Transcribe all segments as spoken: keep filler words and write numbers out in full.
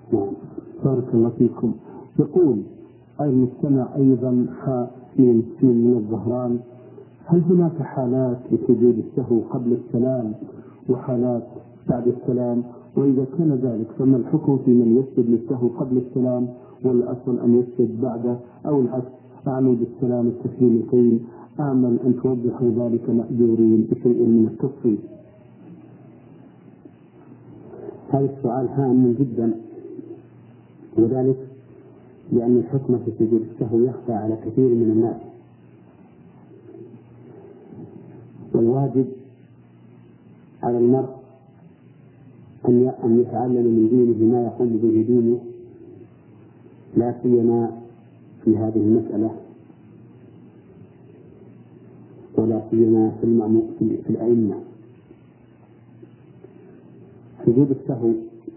نعم. بارك الله فيكم. يقول المستمع أيضا حسين من الظهران: هل هناك حالات لسجود السهو قبل السلام وحالات بعد السلام؟ وإذا كان ذلك فما الحكم في من يسجد للسهو قبل السلام والأصل أن يسجد بعده، أو العكس أعمل بالسلام التسليمتين؟ أعمل أن توضحوا ذلك مأجورين بشيء من التفصيل. هذا السؤال هام جدا، وذلك لأن الحكم في سجود السهو يخفى على كثير من الناس، والواجب على المرء أن يتعلم من دينه ما يقوم به دينه، لا سيما في هذه المسألة، ولا سيما في الأئمة. سجود السهو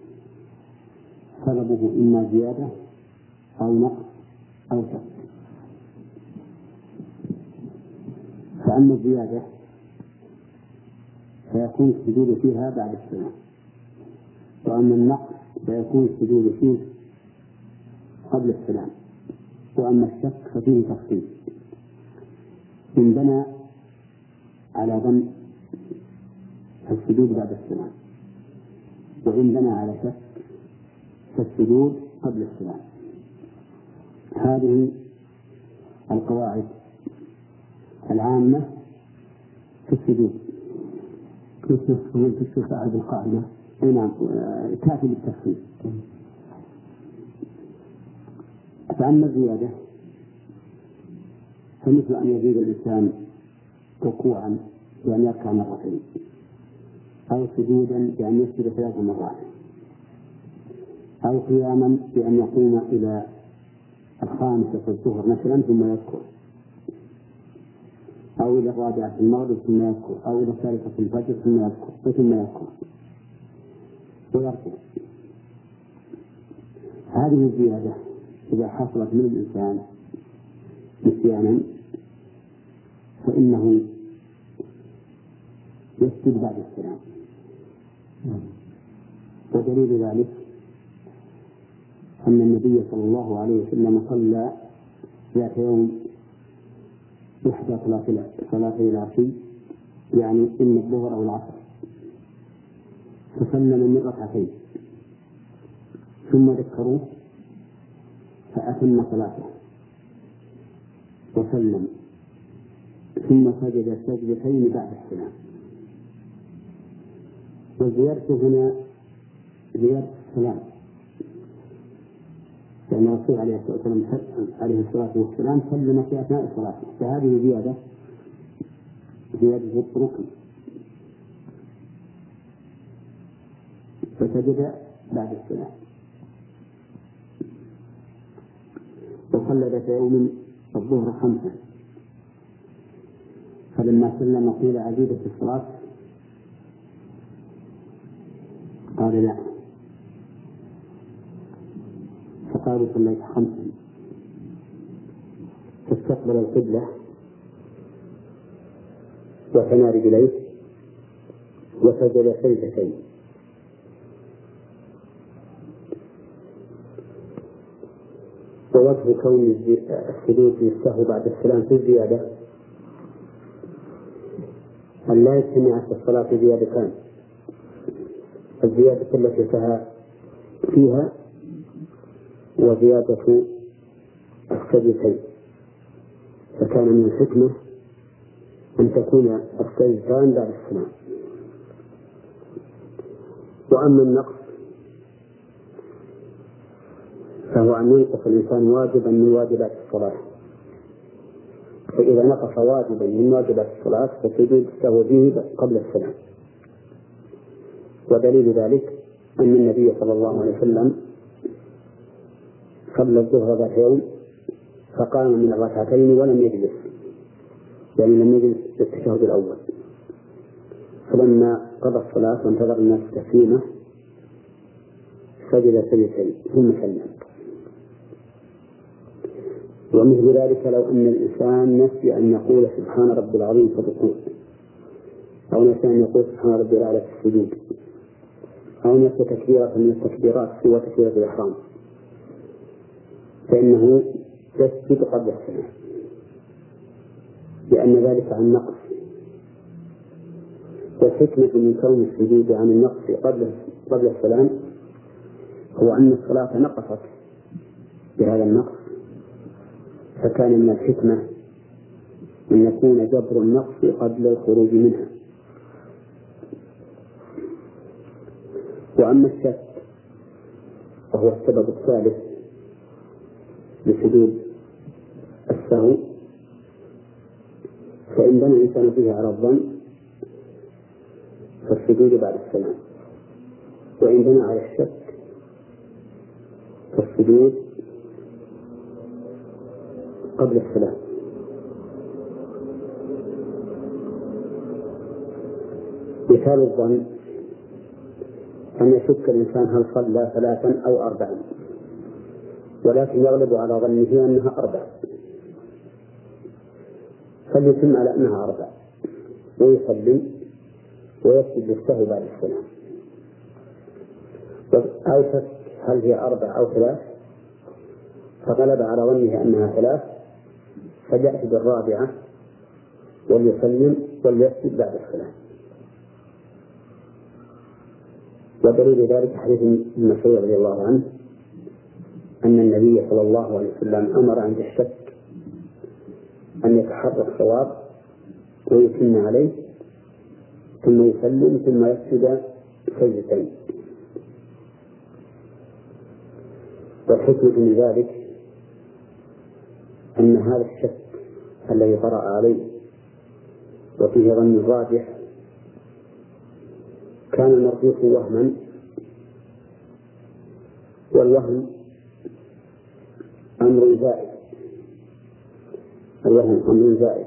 سببه إما زيادة أو نقص أو شك. فأما الزيادة فيكون السجود فيها بعد السلام، وأما النقص فيكون السجود فيه قبل السلام، وأما الشك ففيه تفصيل. إن بنى على ظن فالسجود بعد السلام، وإن بنى على شك فالسجود قبل السلام. هذه القواعد العامة في السجود. كيف تفصيل تشوف هذه القاعدة؟ نعم، كافي بالتفصيل. فأما الزيادة فمثل أن يزيد الإنسان ركوعا بأن يركع مرتين، أو سجودا بأن يسجد ثلاث مرات، أو قياما بأن يقوم إلى الخامسة في الظهر مثلا ثم يذكر، أو إلى الرابعة في المغرب ثم يذكر، أو إلى الثالثة في الفجر ثم يذكر ثم يذكر ويركع. هذه الزيادة إذا حصلت من الإنسان نسيانا فإنه يسجد بعد السلام. ودليل ذلك أن النبي صلى الله عليه وسلم صلى ذات يوم إحدى صلاتي العشي، يعني إما الظهر أو العصر، فسلم من ركعتين ثم ذكروه فأتم صلاته وسلم، ثم سجد سجدتين بعد السلام. والزيادة هنا زيادة السلام، لأن الرسول عليه الصلاة والسلام عليه الصلاة والسلام سلم في أثناء الصلاة، فهذه زيادة زيادة ركن، فسجد بعد السلام. وصلى ذات يوم الظهر خمسة، فلما سلم قيل أزيد في الصلاة؟ قال لا، فقالوا صليت خمسا، فاستقبل القبلة وثنى رجليه وسجد سجدتين. ووجه كون السجود في السهو بعد السلام في الزيادة أن لا يجتمع في الصلاة زيادتان: الزيادة التي سهى فيها وزيادة السجدتين. فكان من الحكمة أن تكون السجدتان بعد السلام. وأما النقص فهو أن ينقص الإنسان واجبا من واجبات الصلاة، فإذا نقص واجبا من واجبات الصلاة فسجود السهو فيه قبل السلام. ودليل ذلك أن النبي صلى الله عليه وسلم صلى الظهر ذات يوم فقام من الركعتين ولم يجلس، يعني لم يجلس التشهد الأول، فلما قضى الصلاة وانتظر الناس تسليمه سجد سجدتين ثم سلم. ومثل ذلك لو أن الإنسان نسي أن يقول سبحان ربي العظيم في الركوع، أو نسي أن يقول سبحان ربي الأعلى في السجود، أو نفس تكبيرة من التكبيرات سوى تكبيرة الإحرام فإنه يسجد قبل السلام، لأن ذلك عن نقص. والحكمة من كون السجود عن النقص قبل قبل السلام هو أن الصلاة نقصت بهذا النقص، فكان من الحكمة أن يكون جبر النقص قبل الخروج منها. وأما الشك وهو السبب الثالث لسجود السهو، فإن بنى الإنسان فيه على الظن فالسجود بعد السلام، وإن بنى على الشك فالسجود قبل السلام. مثال الظن أن يشك الإنسان هل صلى ثلاثا أو أربعا، ولكن يغلب على ظنه أنها أربع، فليتم على أنها أربع ويسلم ويسجد للسهو بعد السلام. أو شك هل هي أربع أو ثلاث، فغلب على ظنه أنها ثلاث، فليأتي بالرابعة وليسلم وليسجد بعد السلام. ودليل ذلك حديث ابن مسعود رضي الله عنه أن النبي صلى الله عليه وسلم أمر عند الشك أن يتحرك الصواب ويتم عليه ثم يسلم ثم يسجد سجدتين. والحكمة من ذلك أن هذا الشك الذي طرأ عليه وفيه ظن الراجح كان مرجوح وهما، والوهم أمر زائد، الوهم أمر زائد.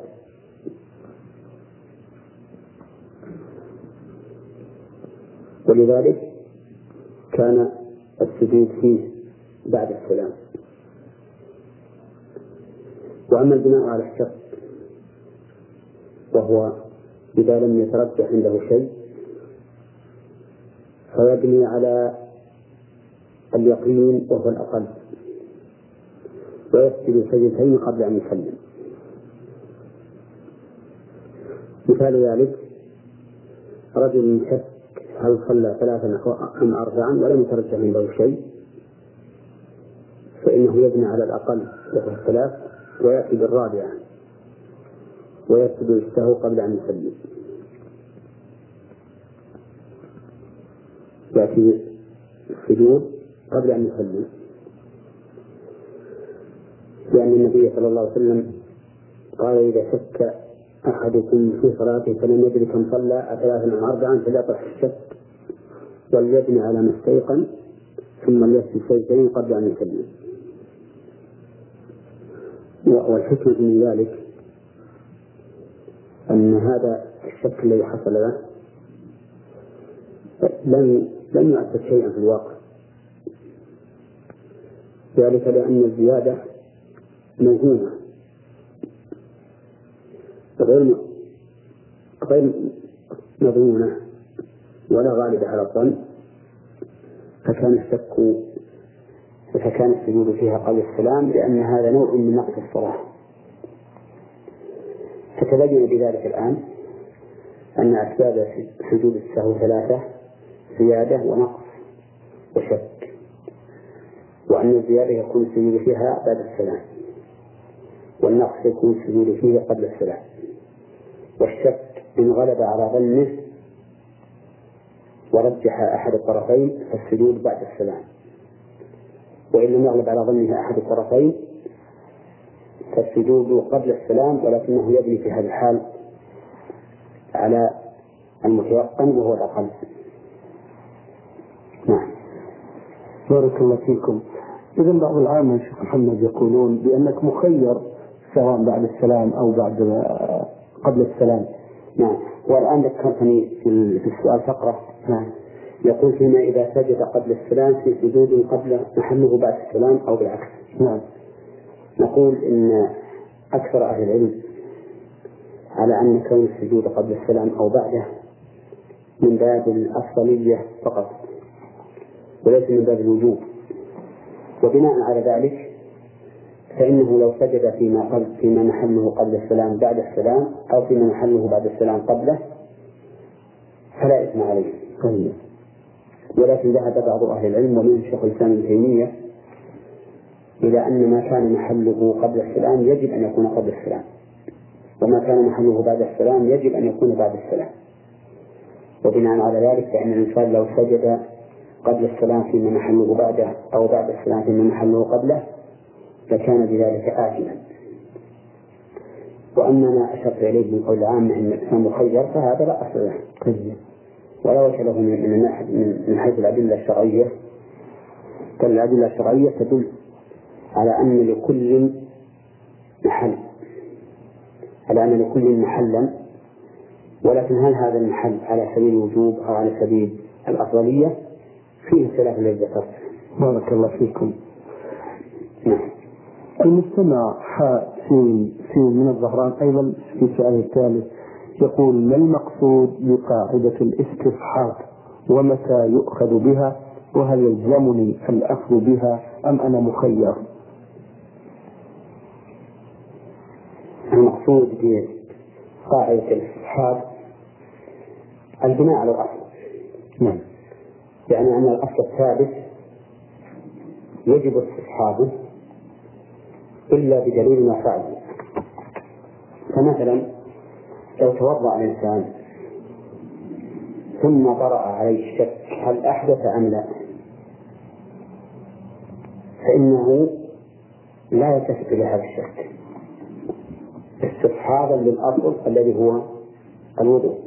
ولذلك كان السجود فيه بعد السلام. وأما البناء على الشك وهو إذا لم يترجح عنده شيء فيبني على اليقين وهو الأقل ويسجد سجدتين قبل أن يسلم. مثال ذلك رجل شك هل صلى ثلاثا أم أربعا ولم يترجح عنده شيء، فإنه يبني على الأقل وهو الثلاث ويأتي بالرابعة ويسجد للسهو قبل أن يسلم. يأتي السجود قبل أن يسلم، لأن النبي صلى الله عليه وسلم قال إذا شك أحدكم في صلاته فلم يدرك كم صلى أثلاثا أو أربعا فليطرح الشك وليبني على ما استيقن ثم ليسجد سجدتين قبل أن يسلم. والحكمة من ذلك أن هذا الشك الذي حصل له لم لم يؤثر شيئا في الواقع، ذلك لأن الزيادة موهومة غير غير مضمونة ولا غالبة على الظن، فكان الشك فكان السجود فيها قبل السلام، لأن هذا نوع من نقص الصلاة. فتبين بذلك الآن أن أسباب سجود السهو ثلاثة: زيادة ونقص وشك، وأن الزيادة يكون السجود فيها بعد السلام، والنقص يكون السجود فيه قبل السلام، والشك إن غلب على ظنه ورجح أحد الطرفين فالسجود بعد السلام، وإن لم يغلب على ظنه أحد الطرفين فالسجود قبل السلام، ولكنه يبني في هذا الحال على المتيقن وهو الأقل. نعم. بارك الله فيكم. إذا بعض العامة شيخ محمد يقولون بأنك مخير سواء بعد السلام أو بعد قبل السلام. نعم. والآن ذكرتني في السؤال فقرة. نعم. يقول فيما إذا سجد قبل السلام في سجود قبل محله بعد السلام أو بالعكس. نعم. نقول إن أكثر أهل العلم على أن كون السجود قبل السلام أو بعده من باب الأفضلية فقط، وليس من باب الوجوب. وبناء على ذلك فإنه لو سجد فيما قبل فيما محله قبل السلام بعد السلام أو فيما محله بعد السلام قبله فلا إثم عليه. طيب. ولكن ذهب بعض أهل العلم ومنهم شيخ الإسلام ابن تيمية إلى أن ما كان محله قبل السلام يجب أن يكون قبل السلام، وما كان محله بعد السلام يجب أن يكون بعد السلام. وبناء على ذلك فإن الإنسان لو سجد قبل السلام فيما محله بعده أو بعد السلام فيما محله قبله لكان بذلك آثما. وأما ما أشرت إليه من قول العام أن الإنسان مخير فهذا لا أصل له ولا وجه له من من حيث الأدلة الشرعية. فالأدلة الشرعية تدل على أن لكل محل على أن لكل محلا، ولكن هل هذا المحل على سبيل الوجوب أو على سبيل الأفضلية فيه خلاف الذي ذكرت. بارك الله فيكم. نعم. المستمع حاء سين سين من الظهران أيضا في سؤال الثالث يقول: ما المقصود بقاعدة الاستصحاب ومتى يؤخذ بها، وهل يلزمني الأخذ بها أم أنا مخير؟ المقصود بقاعدة الاستصحاب البناء على الأصل. نعم. يعني أن الأصل الثابت يجب استصحابه إلا بدليل ما فعله. فمثلا لو توضأ الإنسان ثم طرأ عليه الشك هل أحدث أم لا، فإنه لا يلتفت إلى هذا الشك استصحابا للأصل الذي هو الوضوء.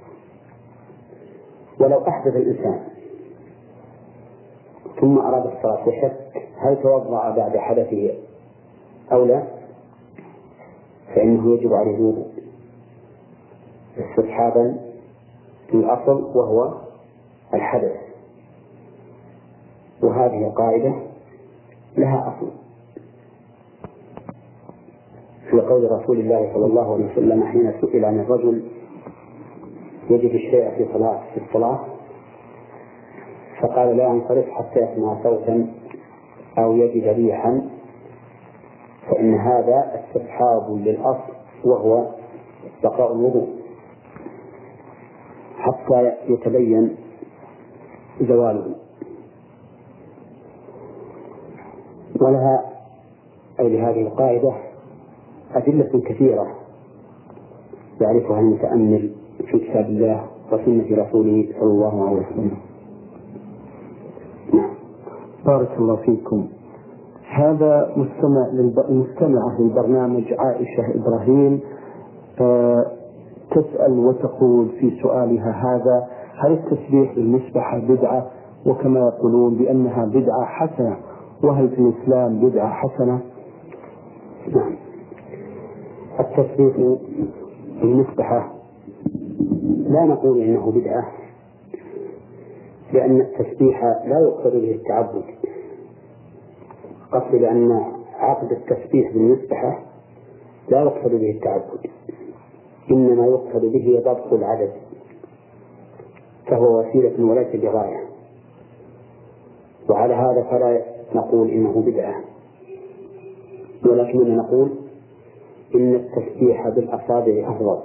ولو أحدث الإنسان ثم أراد الصلاة وشك هل توضأ بعد حدثه أو لا، فإنه يجب عليه الوضوء استصحابا للأصل وهو الحدث. وهذه القاعدة لها أصل في قول رسول الله صلى الله عليه وسلم حين سئل عن الرجل يجد الشيء في صلاة في الصلاة فقال لا ينصرف حتى يسمع صوتا أو يجد ريحا، فإن هذا استصحاب للأصل وهو بقاء الوضوء حتى يتبين زواله. ولها أي لهذه القاعدة أدلة كثيرة يعرفها المتأمل في كتاب الله وسنة رسوله صلى الله عليه وسلم. نعم. بارك الله فيكم. هذا مستمع للمستمعة للبرنامج عائشة إبراهيم أه تسأل وتقول في سؤالها هذا: هل التسبيح بالمسبحة بدعة؟ وكما يقولون بأنها بدعة حسنة، وهل في الإسلام بدعة حسنة؟ نعم. التسبيح بالمسبحة لا نقول إنه بدعة، لأن التسبيح لا يقصد به التعبد. قصد أن عقد التسبيح بالمسبحة لا يقصد به التعبد، إنما يقصد به ضبط العدد، فهو وسيلة وليس بغاية. وعلى هذا فلا نقول إنه بدعة، ولكننا نقول إن التسبيح بالأصابع أفضل،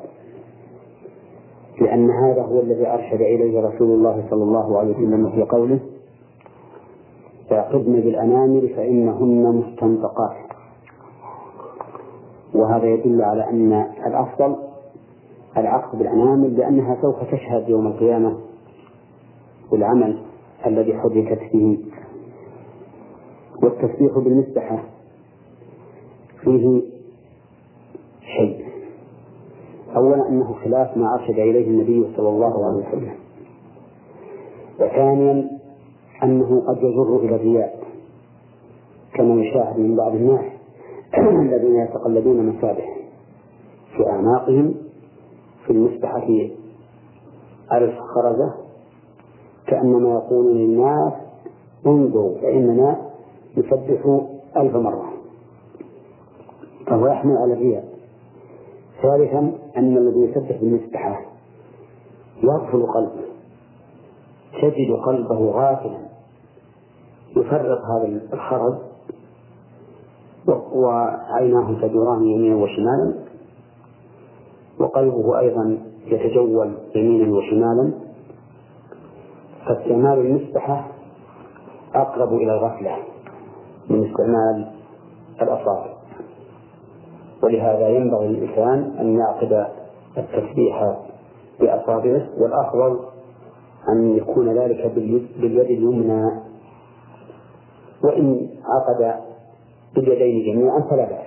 لأن هذا هو الذي أرشد إليه رسول الله صلى الله عليه وسلم في قوله: فاعقدن بالأنامل فإنهن مستنطقات. وهذا يدل على أن الأفضل العقد بالأنامل، لأنها سوف تشهد يوم القيامة بالعمل الذي حركت فيه. والتسبيح بالمسبحة فيه شيء: أولا أنه خلاف ما أرشد إليه النبي صلى الله عليه وسلم، وثانيا أنه قد يجر إلى الرياء كما يشاهد من بعض الناس الذين يتقلدون مسابح في أعناقهم في المسبحة ألف خرزة، كأنما يقولون للناس: انظروا فإننا نسبح ألف مرة، فهو يحمل على الرياء. ثالثا أن الذي يسبح بالمسبحة يغفل قلبه، تجد قلبه غافلا يفرق هذا الخرز وعيناه تدوران يمينا وشمالا، وقلبه أيضا يتجول يمينا وشمالا، فاستعمال المسبحة أقرب إلى الغفلة من استعمال الأصابع، ولهذا ينبغي للإنسان أن يعقد التسبيح بأصابعه، والأفضل أن يكون ذلك باليد اليمنى، وإن عقد باليدين جميعا فلا بأس.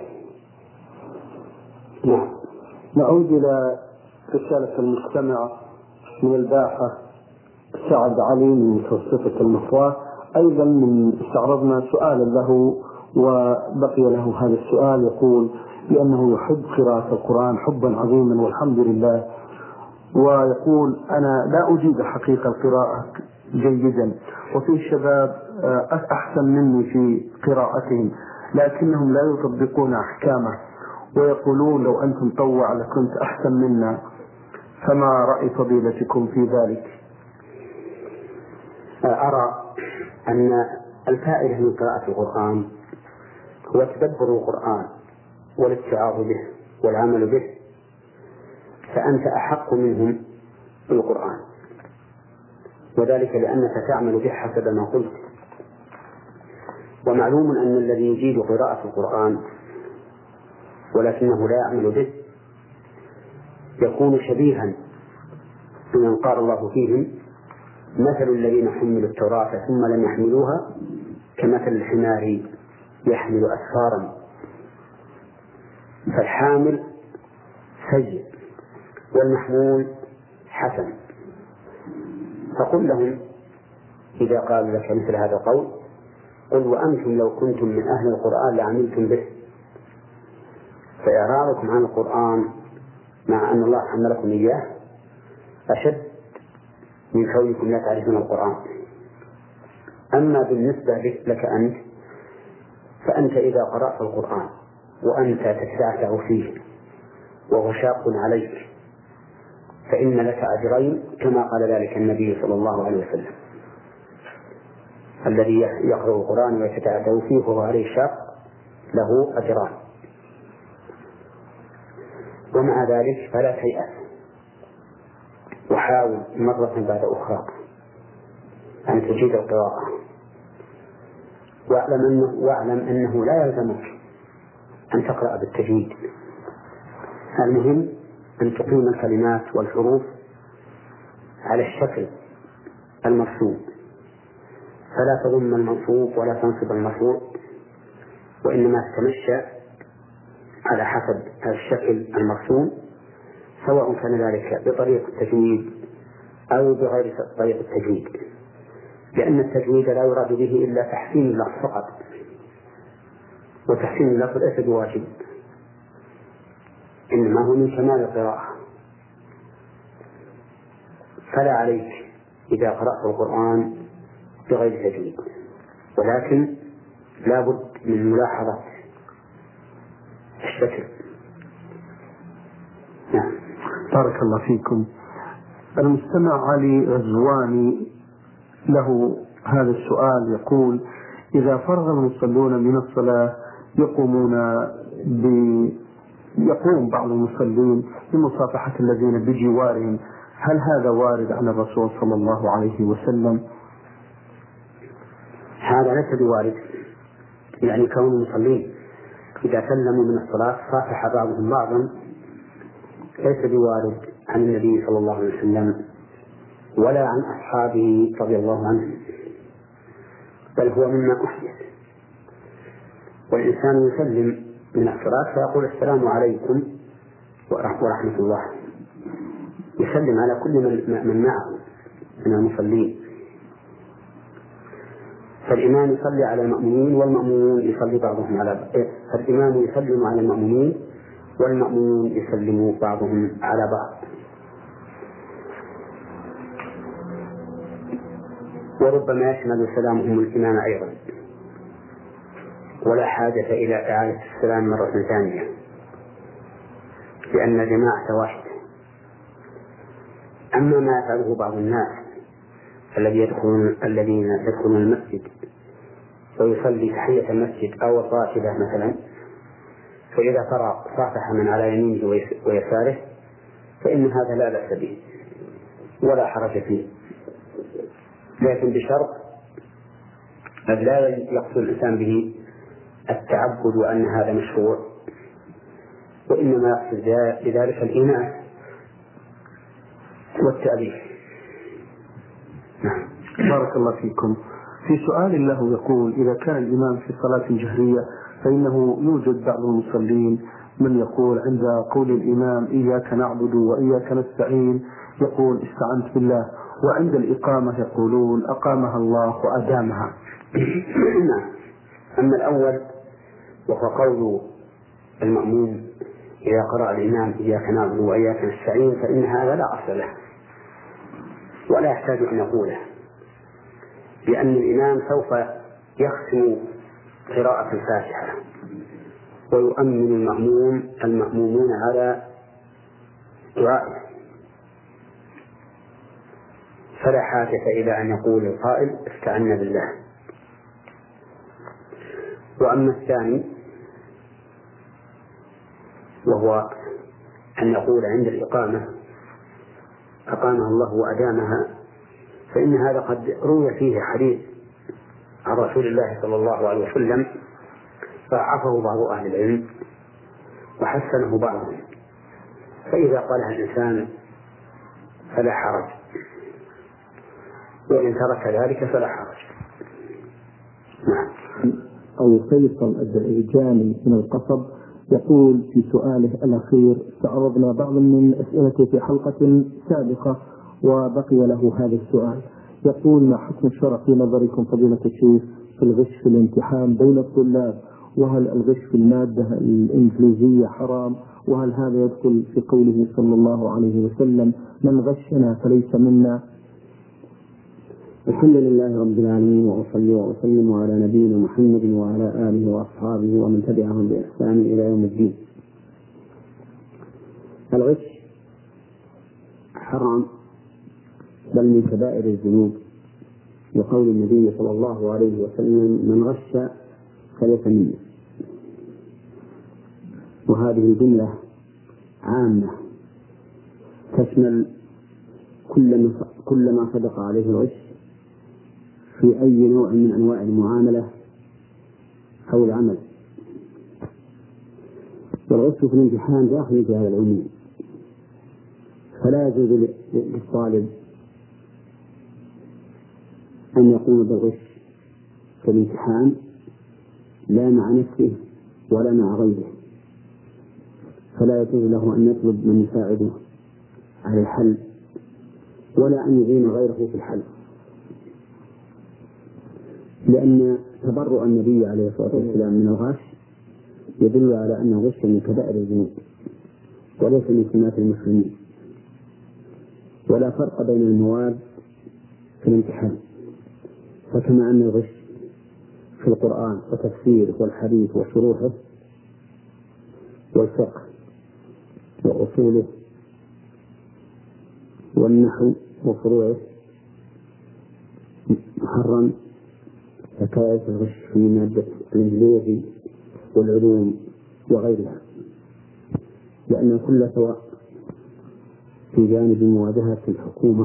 نعم. نعود إلى رسالة المستمع من الباحة سعد علي من متوسطة المصرات، أيضا من استعرضنا سؤالا له وبقي له هذا السؤال، يقول بأنه يحب قراءة القرآن حبا عظيما والحمد لله، ويقول أنا لا أجيد الحقيقة القراءة جيدا، وفي شباب أحسن مني في قراءتهم لكنهم لا يطبقون أحكامه، ويقولون لو أنتم طوع لكنت أحسن منا، فما رأي فضيلتكم في ذلك؟ أرى أن الفائدة من قراءة القرآن هو تدبر القرآن والاتعاظ به والعمل به، فأنت أحق منهم بالقرآن، وذلك لأنك تعمل به حسب ما قلت. ومعلوم أن الذي يجيد قراءة القرآن ولكنه لا يعمل به يكون شبيها بمن قال الله فيهم مثل الذين حملوا التوراة ثم لم يحملوها كمثل الحمار يحمل أسفارا. فالحامل سيء والمحمول حسن. فقل لهم إذا قالوا لك مثل هذا القول قل وأنتم لو كنتم من أهل القرآن لعملتم به. فإعراضكم عن القرآن مع أن الله حملكم إياه أشد من كونكم لا تعرفون القرآن. أما بالنسبة لك أنت فأنت إذا قرأت القرآن وأنت تتعتع فيه وهو شاق عليك فإن لك أجرين كما قال ذلك النبي صلى الله عليه وسلم: الذي يقرأ القرآن ويتتعتع فيه وهو عليه شاق له أجران. ومع ذلك فلا تيأس، وحاول مرة بعد أخرى أن تجيد القراءة، واعلم أنه, واعلم أنه لا يلزمك أن تقرأ بالتجويد. المهم أن تقيم الكلمات والحروف على الشكل المرسوم، فلا تضم المنصوب ولا تنصب المرفوع، وإنما تتمشى على حسب الشكل المرسوم، سواء كان ذلك بطريقة التجويد أو بغير طريقة التجويد، لأن التجويد لا يراد به إلا تحسين اللفظ فقط، وتحسين اللفظ ليس بواجب، إنما هو من كمال القراءة. فلا عليك إذا قرأت القرآن بغير تجويد، ولكن لا بد من ملاحظة الشكل. نعم. بارك الله فيكم. المستمع علي غزواني له هذا السؤال، يقول: إذا فرغ المصلون من الصلاة يقومون ب... يقوم بعض المصلين بمصافحة الذين بجوارهم، هل هذا وارد عن الرسول صلى الله عليه وسلم؟ هذا ليس بوارد، يعني كون المصلين إذا سلموا من الصلاة صافح بعضهم بعضا ليس بوارد عن النبي صلى الله عليه وسلم ولا عن أصحابه رضي الله عنهم، بل هو مما أحدث. والإنسان يسلم من الصلاة فيقول: السلام عليكم ورحمة الله، يسلم على كل من, من معه من المصلين. فالإمام يصلي على المأمومين والمأمومون يصلي بعضهم على فالإمام يسلم على المأمومين والمأمومون يسلم بعضهم على بعض. وربما يشمل سلامهم الإمام أيضا، ولا حاجة إلى إعادة السلام مرة ثانية، لأن الجماعة واحدة. أما ما يفعله بعض الناس الذين يدخلون الذين يدخلون المسجد ويصلي تحية المسجد أو الراتبة مثلا، فإذا فرغ صافح من على يمينه ويساره فإن هذا لا بأس به ولا حرج فيه، لكن بشرط أن لا يقصد الإنسان به التعبد وأن هذا مشروع، وإنما يقصد بذلك الإناث والتأليف. نعم. بارك الله فيكم. في سؤال له يقول: إذا كان الإمام في صلاة جهرية فإنه يوجد بعض المصلين من يقول عند قول الإمام إياك نعبد وإياك نستعين يقول استعنت بالله، وعند الإقامة يقولون أقامها الله وأدامها. أما الأول وهو قول المأموم إذا قرأ الإمام إياك نعبد وإياك نستعين فإن هذا لا أصل له ولا يحتاج أن يقوله، لأن الإمام سوف يختم قراءة الفاتحة ويؤمن المأموم المأمومون على دعائه، فلا حاجة إلى أن يقول القائل استعنا بالله. وأما الثاني وهو أن يقول عند الإقامة أقامها الله وأدامها، فإن هذا قد روي فيه حديث عن رسول الله صلى الله عليه وسلم ضعفه بعض أهل العلم وحسنه بعضهم، فإذا قالها الإنسان فلا حرج، وإن ترك ذلك فلا حرج. نعم. أو فيصل الجاني من القصب يقول في سؤاله الأخير: تعرضنا بعض من أسئلته في حلقة سابقة وبقي له هذا السؤال، يقول: ما حكم الشرع في نظركم فضيلة الشيخ في الغش في الامتحان بين الطلاب؟ وهل الغش في المادة الإنجليزية حرام؟ وهل هذا يدخل في قوله صلى الله عليه وسلم من غشنا فليس منا؟ الحمد لله رب العالمين، وأصلي وأسلم على نبينا محمد وعلى آله وأصحابه ومن تبعهم بإحسان إلى يوم الدين. الغش حرام بل من كبائر الذنوب، وقول النبي صلى الله عليه وسلم من غش فليس منا، وهذه الجملة عامة تشمل كل ما صدق عليه الغش في أي نوع من أنواع المعاملة أو العمل، والغش في الامتحان داخل في هذا العموم، فلا يجوز للطالب أن يقوم بالغش في الامتحان لا مع نفسه ولا مع غيره، فلا يجوز له أن يطلب من يساعده على الحل ولا أن يعين غيره في الحل، لأن تبرؤ النبي عليه الصلاة والسلام من الغش يدل على أن الغش من كبائر الذنوب وليس من سمات المسلمين، ولا فرق بين المواد في الامتحان، فكما أن الغش في القرآن وتفسيره والحديث وشروحه والفقه وأصوله والنحو وفروعه محرم، فكذلك الغش في مادة الإنجليزي والعلوم وغيرها، لأن كل سواء في جانب مواجهة الحكومة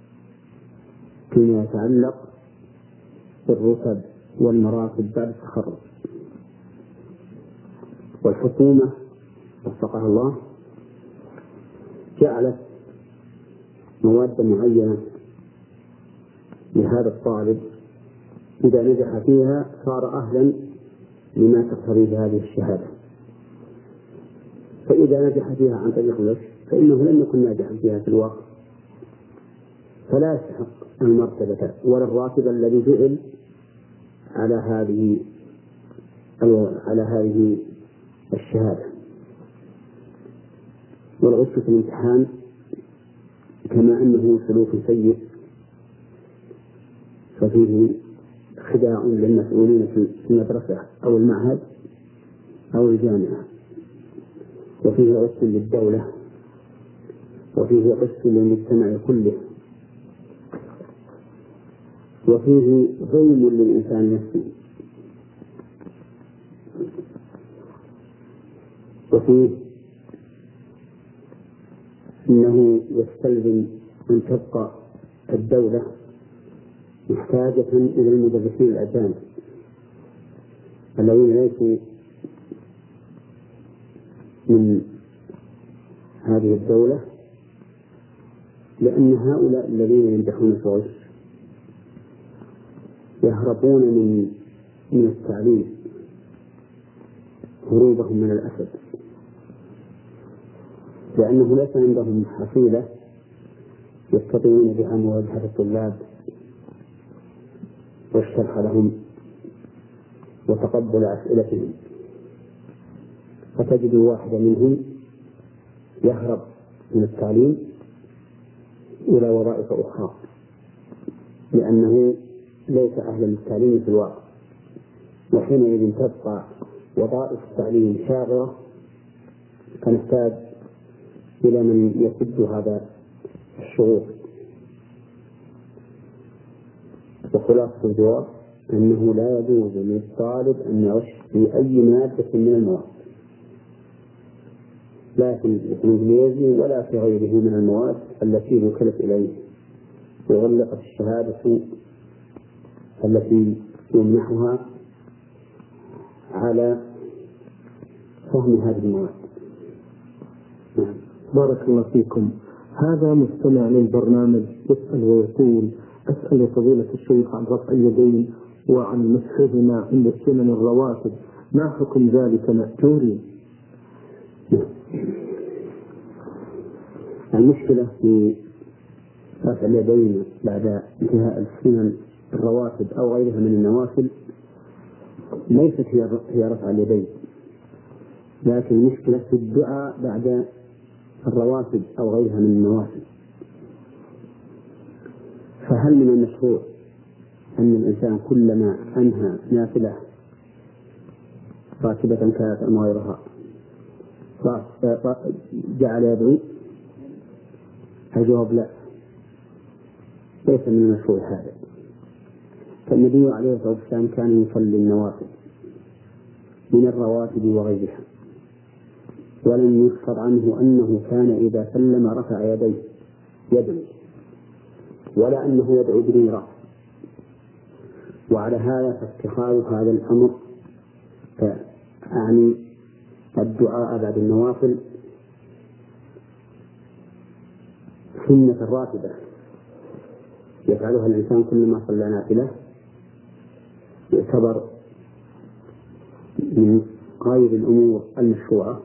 فيما يتعلق بالرتب والمراتب بعد التخرج، والحكومة وفقها الله جعلت مواد معينة لهذا الطالب إذا نجح فيها صار أهلا لما تقتضيه هذه الشهادة، فإذا نجح فيها عن طريق الغش فإنه لم يكن ناجحا فيها في الواقع، فلا يستحق المرتبة ولا الراتب الذي جعل على هذه على هذه الشهادة. والغش في الامتحان كما أنه سلوك سيء ففيه خداع للمسؤولين في المدرسة أو المعهد أو الجامعة، وفيه غش للدولة، وفيه غش للمجتمع كله، وفيه ظلم للإنسان نفسه وفيه أنه يستلزم أن تبقى الدولة محتاجة إلى المدرسين الأجانب الذين ليسوا من هذه الدولة، لأن هؤلاء الذين ينجحون في الغش يهربون من من التعليم هروبهم من الأسد، لأنه ليس عندهم حصيلة يستطيعون بها مواجهة الطلاب والشرح لهم وتقبل أسئلتهم، فتجد واحدا منهم يهرب من التعليم إلى وظائف أخرى لأنه ليس أهلا للتعليم في الواقع، وحينئذ تبقى وظائف التعليم شاغرة، فنحتاج إلى من يسد هذا الشغور. وخلاصة الجواب أنه لا يجوز للطالب أن يغش في أي مادة من المواد، لا في الإنجليزي ولا في غيره من المواد التي يكلف إليه، وغلقت الشهادة التي يمنحها على فهم هذه المواد. نعم. بارك الله فيكم. هذا مستمع للبرنامج يسأل ويقول: أسأل فضيلة الشيخ عن رفع اليدين وعن مسحهما عند سنن الرواتب، ما حكم ذلك مأجورين؟ المشكلة في رفع اليدين بعد انتهاء السنن الرواتب أو غيرها من النوافل ليست هي رفع اليدين، لكن المشكلة في الدعاء بعد الرواتب أو غيرها من النوافل. فهل من المشروع أن الإنسان كلما أنهى نافلة راتبة كانت أم غيرها جعل يدعو؟ الجواب لا، ليس من المشروع هذا. فالنبي عليه الصلاة والسلام كان يصلي النوافل من الرواتب وغيرها، ولم يذكر عنه أنه كان إذا سلم رفع يديه يدعو، ولا أنه يدعو بدون رفع. وعلى هذا فاتخاذ هذا الأمر يعني الدعاء بعد النوافل سنة راتبة يفعلها الإنسان كلما صلى نافلة، يعتبر من غير الأمور المشروعة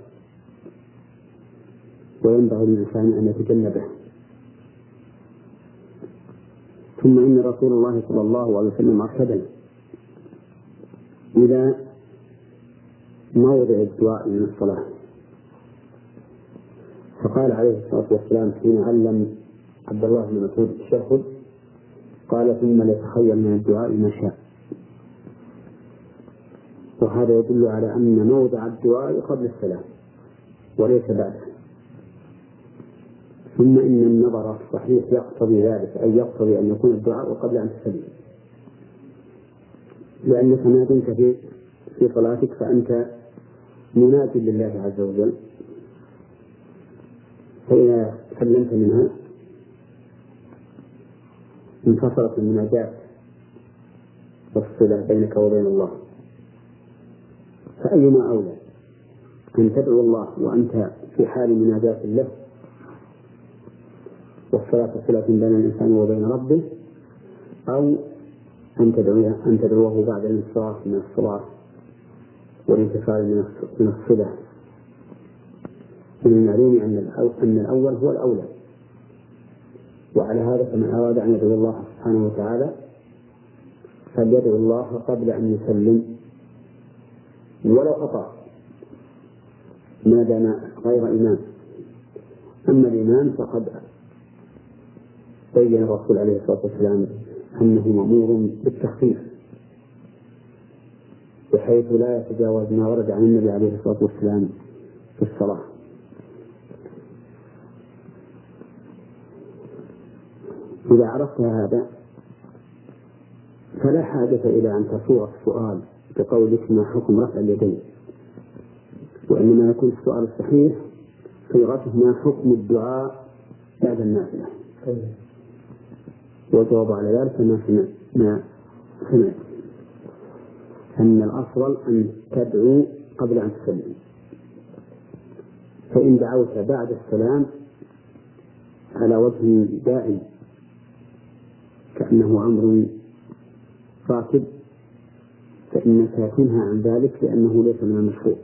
وينبغي للإنسان أن يتجنبه. ثم إن رسول الله صلى الله عليه وسلم أرشدنا إلى موضع الدعاء من الصلاة، فقال عليه الصلاة والسلام حين علم عبد الله بن مسعود التشهد قال: ثم ليتخير من الدعاء ما شاء. وهذا يدل على أن موضع الدعاء قبل السلام وليس بعده. ثم إن النظر الصحيح يقتضي ذلك، أي يقتضي أن يكون الدعاء قبل أن تسلم، لأنك ما دمت في في صلاتك فأنت مناج لله عز وجل، فإذا سلمت منها انفصلت المناجاة والصلة بينك وبين الله. فأيما أولى أن تدعو الله وأنت في حال مناجاة له والصلاة صلة بين الإنسان وبين ربه، أو أن تدعوه أن تدعوه بعد الانصراف من الصلاة والانتقال من الصلة. من المعلوم أن الأول هو الأولى، وعلى هذا فمن أراد أن يدعو الله سبحانه وتعالى فليدعو الله قبل أن يسلم ولو أطاع ما دام غير إمام. أما الإمام فقد بين الرسول عليه الصلاة والسلام أنه مأمور بالتخفيف بحيث لا يتجاوز ما ورد عن النبي عليه الصلاة والسلام في الصلاة. إذا عرفت هذا فلا حاجة إلى أن تصور السؤال بقولك ما حكم رفع اليدين، وإنما يكون السؤال الصحيح صيغته ما حكم الدعاء بعد النافلة، والجواب على ذلك ما سمعت ما سمعت أن الأفضل أن تدعو قبل أن تسلم، فإن دعوت بعد السلام على وجه داعي كأنه أمر راكب فإنك تنهى عن ذلك لأنه ليس من المشروع.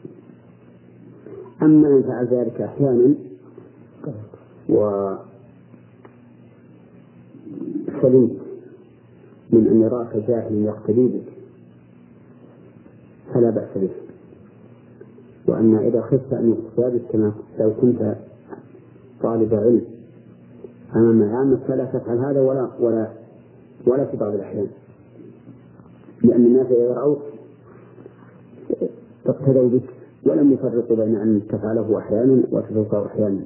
أما إن فعل ذلك أحيانا وسلمت من أن يراك جاهل يقتدي بك فلا بأس به، وأن إذا خفت أن يقتدي كما لو كنت طالب علم أمام عامة فلا تفعل هذا ولا ولا ولا في بعض الأحيان، لأن الناس يرعوك تقتدوا بك ولم يفرقوا بين أن تفعله أحيانا وتتركه أحيانا.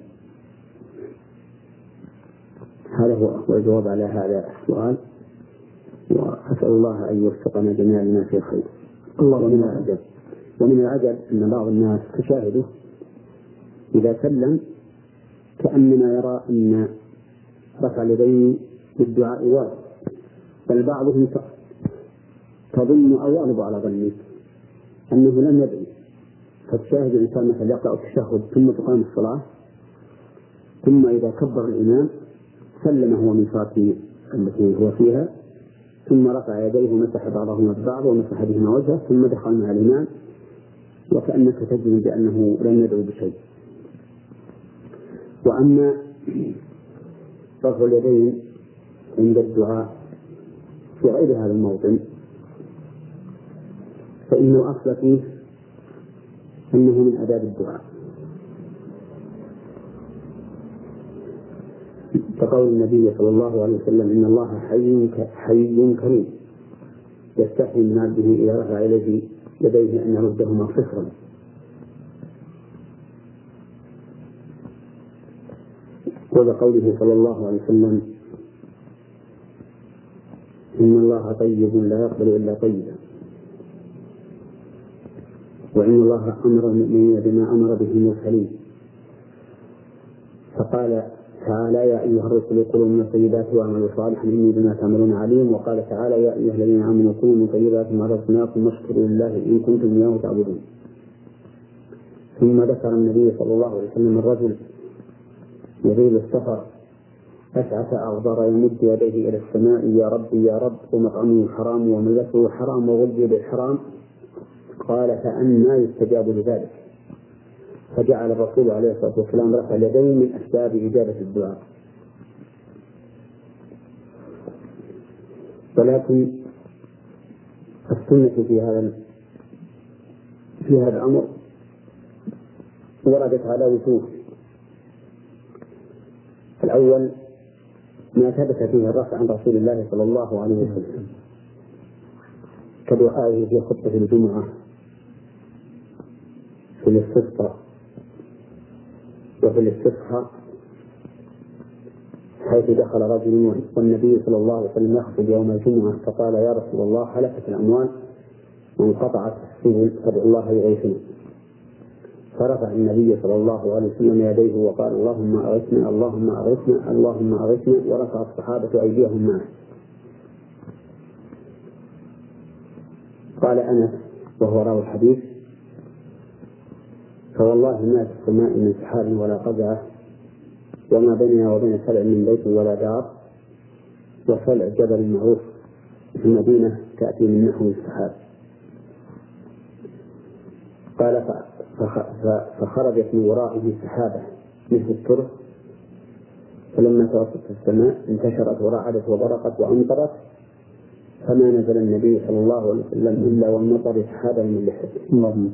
هذا هو الجواب على هذا السؤال، وأسأل الله أن يوفقنا جميعا لما فيه الخير. ومن العجب ومن العجب أن بعض الناس تشاهده إذا سلم كأننا يرى أن رفع اليدين بالدعاء واجب، بل بعضهم تظن أو يغلب على ظنه أنه لم يدعي، فتشاهد الإنسان مثلا يقرأ التشهد ثم تقام الصلاة ثم إذا كبر الإمام سلم هو من صلاته التي هو فيها ثم رفع يديه ومسح بعضهما ببعض ومسح بهما وجهه ثم دخل مع الإمام وكأنك تجزم بأنه لم يدعو بشيء. وأما رفع اليدين عند الدعاء في غير هذا الموطن فإن الأصل فيه أنه من آداب الدعاء، كقول النبي صلى الله عليه وسلم إن الله حي حي كريم يستحي من عبده إذا رفع إليه يديه أن يردهما صفرا. وقوله صلى الله عليه وسلم إن الله طيب لا يقبل إلا طيبا، وإن الله أمر المؤمنين بما أمر به المرسلين، فقال تعالى يا أيها الرسل كلوا من الطيبات واعملوا صالحا إني بما تعملون عليم، وقال تعالى يا أيها الذين آمنوا كلوا من طيبات ما رزقناكم واشكروا لله إن كنتم إياه تعبدون. ثم ذكر النبي صلى الله عليه وسلم الرجل يطيل السفر أشعث أغبر يمد يديه إلى السماء يا رب يا رب ومطعمه حرام وملبسه حرام وغذي بالحرام، قال فأنى يستجاب لذلك، فجعل الرسول عليه الصلاة والسلام رفع اليدين من أسباب إجابة الدعاء. ولكن السنة في هذا في هذا الأمر وردت على وجوه. الأول ما ثبت فيه الرفع عن رسول الله صلى الله عليه وسلم كدعائه في خطبة الجمعة في الاستسقاء وفي الاستسقاء حيث دخل رجل والنبي صلى الله عليه وسلم يخطب يوم الجمعة فقال يا رسول الله هلكت الأموال وانقطعت السبل فادع الله يغيثنا، فرفع النبي صلى الله عليه وسلم يديه وقال اللهم أغثنا اللهم أغثنا اللهم أغثنا، ورفع الصحابة أيديهم معه. قال أنس وهو راوي الحديث فوالله ما في السماء من سحاب ولا قزعة وما بيننا وبين سلع من بيت ولا دار، وسلع جبل معروف في المدينة تأتي من نحو السحاب. قال فخرجت من ورائه سحابة مثل الترس فلما توسطت السماء انتشرت ورعدت وبرقت وأمطرت فما نزل النبي صلى الله عليه وسلم إلا والمطر سحابا من لحيته.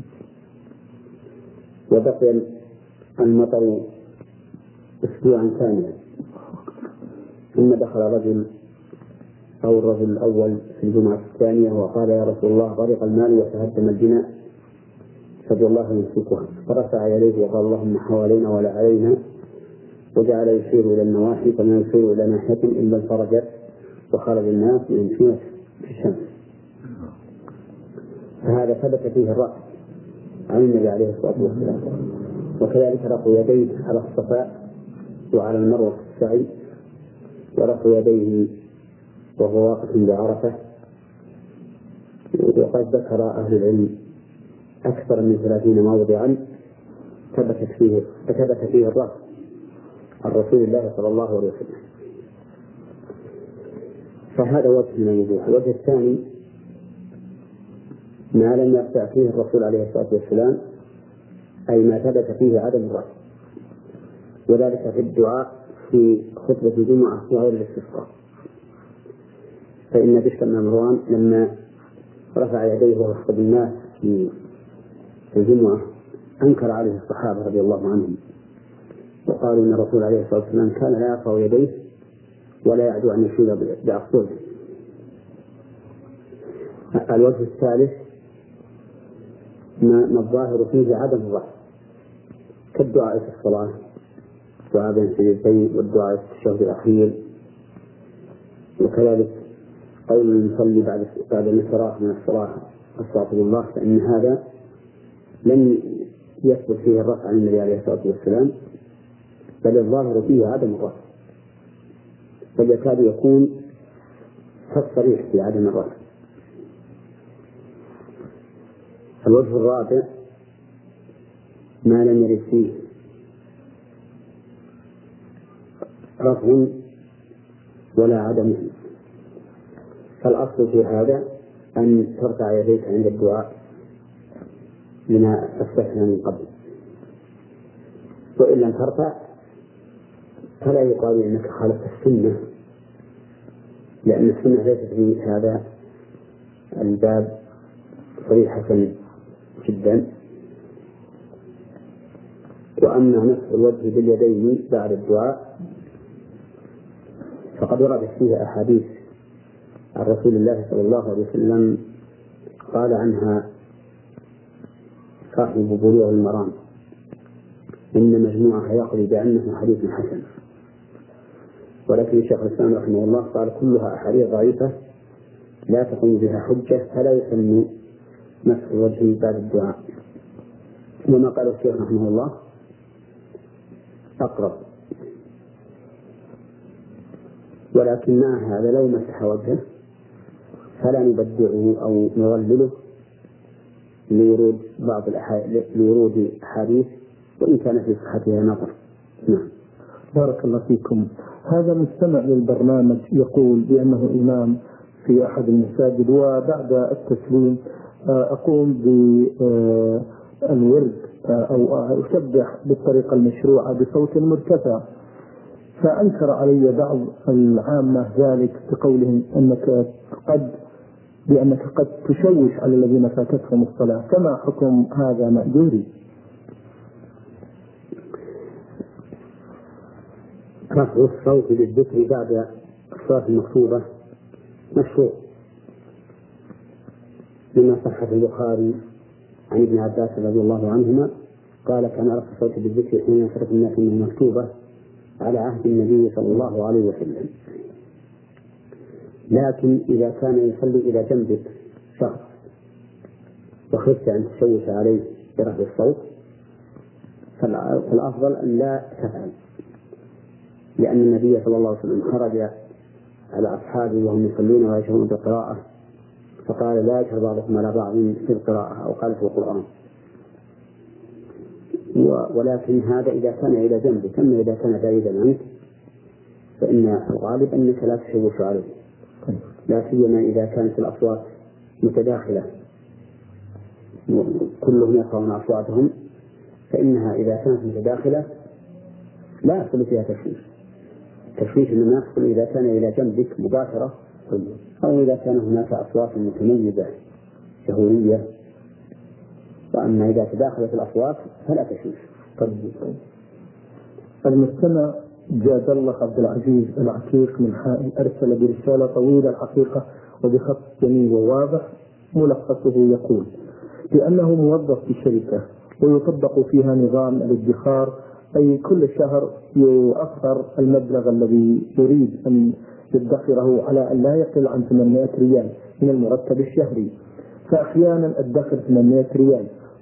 وبقي المطر أسبوعا كاملا ثم دخل رجل أو الرجل الأول في الجمعة الثانية وقال يا رسول الله غرق المال وتهدم البناء فادع الله يمسكها، فرفع يديه وقال اللهم حوالينا ولا علينا، وجعل يشير إلى النواحي فما يشير إلى ناحية إلا انفرجت وخرج الناس يمشون في الشمس. فهذا ثبت فيه الرأي عن النبي عليه الصلاة والسلام. وكذلك رفع يديه على الصفاء وعلى المروة في السعي، ورفع يديه وهو واقف بعرفة. وقد ذكر أهل العلم أكثر من ثلاثين موضعا ثبتت فيه ثبت فيه الرفع عن رسول الله صلى الله عليه وسلم. فهذا وجه من الوجوه. الوجه الثاني ما لم يرفع فيه الرسول عليه الصلاة والسلام، أي ما ثبت فيه عدم الرفع، وذلك في الدعاء في خطبة الجمعة وغير الاستسقاء. فإن بشر بن مروان لما رفع يديه وخطب الناس في الجمعة أنكر عليه الصحابة رضي الله عنهم، وقالوا إن الرسول عليه الصلاة والسلام كان لا يرفع يديه ولا يعدو أن يشير بأصوله. الوجه الثالث ما الظاهر فيه عدم الرفع، كالدعاء في الصلاة، دعاء بين السجدتين، والدعاء في الشهر الأخير، وكذلك قول المصلي بعد بعد الانصراف من الصلاة استغفر الله، فإن هذا لم يثبت فيه الرفع عن النبي عليه الصلاة والسلام، بل الظاهر فيه عدم الرفع، بل يكاد يكون كالصريح في عدم الرفع. الوجه الرابع ما لم يرد فيه رفع ولا عدمه. فالأصل في هذا أن ترفع يديك عند الدعاء لما استثنى من قبل، وإن لم ترفع فلا يقال إنك خالفت السنة، لأن السنة ليست في هذا الباب صريحة جدا. وأما مسح الوجه باليدين بعد الدعاء فقد وردت فيها أحاديث عن رسول الله صلى الله عليه وسلم قال عنها صاحب بلوغ المرام إن مجموعها يقضي بأنه حديث حسن، ولكن الشيخ الإسلام رحمه الله قال كلها أحاديث ضعيفة لا تقوم بها حجة، فلا يسمى مسح الوجه بعد الدعاء. وما قال الشيخ رحمه الله أقرب، ولكن مع هذا لو مسح وجهه فلا نبدعه أو نضلله لورود بعض الأحاديث لورود أحاديث وإن كان في صحتها نظر. نعم. بارك الله فيكم. هذا مستمع للبرنامج يقول بأنه إمام في أحد المساجد، وبعد التسليم أقوم بالورد أو أسبح بالطريقة المشروعة بصوت مرتفع، فأنكر علي بعض العامة ذلك بقولهم أنك قد بأنك قد تشوش على الذين فاتتهم الصلاة، فما حكم هذا مأجوري؟ رفع الصوت بالذكر بعد الصلاة المكتوبة مشروع، لما صح في البخاري عن ابن عباس رضي الله عنهما قال كان رفع الصوت بالذكر حين ينصرف الناس من المكتوبة على عهد النبي صلى الله عليه وسلم. لكن إذا كان يصلي إلى جنبك شخص وخفت أن تشوش عليه برفع الصوت فالأفضل أن لا تفعل، لأن النبي صلى الله عليه وسلم خرج على أصحابه وهم يصلون ويشهرون بالقراءة فقال لا يشهر بعضكم على بعض في القراءة أو قال في القرآن. ولكن هذا إذا كان إلى جنبك، أما إذا كان بعيدا عنك فإن الغالب أنك لا تشوش عليه، لا سيما إذا كانت الأصوات متداخلة كلهم يرفعون أصواتهم، فإنها إذا كانت متداخلة لا يحصل فيها تشويش. تشويش إنما يحصل إذا كان إلى جنبك مباشرة أو إذا كان هناك أصوات متميزة شهورية، وأما إذا تداخلت الأصوات فلا تشويش. طيب. المستمع جاد الله عبد العزيز العتيق من حائل أرسل برسالة طويلة الحقيقة وبخط جميل وواضح، ملخصه يقول بأنه موظف في شركة ويطبق فيها نظام الادخار، أي كل شهر يؤخر المبلغ الذي يريد أن يدخره على أن لا يقل عن ثمانمائة ريال من المرتب الشهري، فأحيانا أدخر ثمانمائة ريال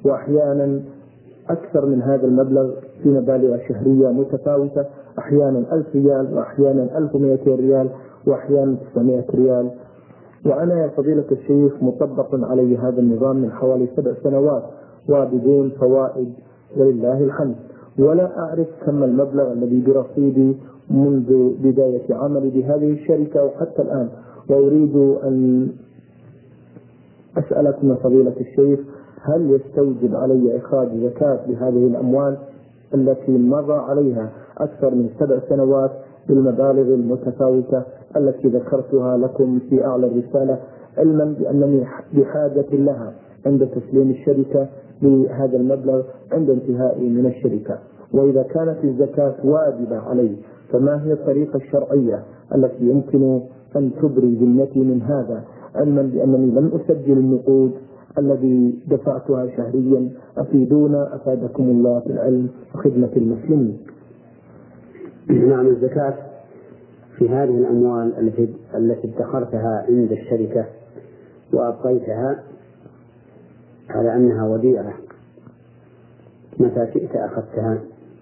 وأحيانا أكثر من هذا المبلغ في مبالغ شهرية متفاوتة، أحيانا ألف ريال وأحيانا ألف ومئتين ريال وأحيانا تسعمائة ريال. وأنا يا فضيلة الشيخ مطبق علي هذا النظام من حوالي سبع سنوات وبدون فوائد ولله الحمد، ولا أعرف كم المبلغ الذي برصيدي منذ بداية عملي بهذه الشركة وحتى الآن. وأريد أن أسألكم يا فضيلة الشيخ، هل يستوجب علي إخراج زكاة بهذه الأموال التي مضى عليها أكثر من سبع سنوات بالمبالغ المتفاوتة التي ذكرتها لكم في أعلى الرسالة، علما بأنني بحاجة لها عند تسليم الشركة بهذا المبلغ عند انتهائي من الشركة؟ وإذا كانت الزكاة واجبة علي فما هي الطريقة الشرعية التي يمكن أن تبري ذمتي من هذا، علما بأنني لم أسجل النقود الذي دفعتها شهريا؟ أفيدونا أفادكم الله في العلم وخدمة المسلمين. نعم، الزكاة في هذه الأموال التي التي ادخرتها عند الشركة وأبقيتها على أنها وديعة متى شئت أخذتها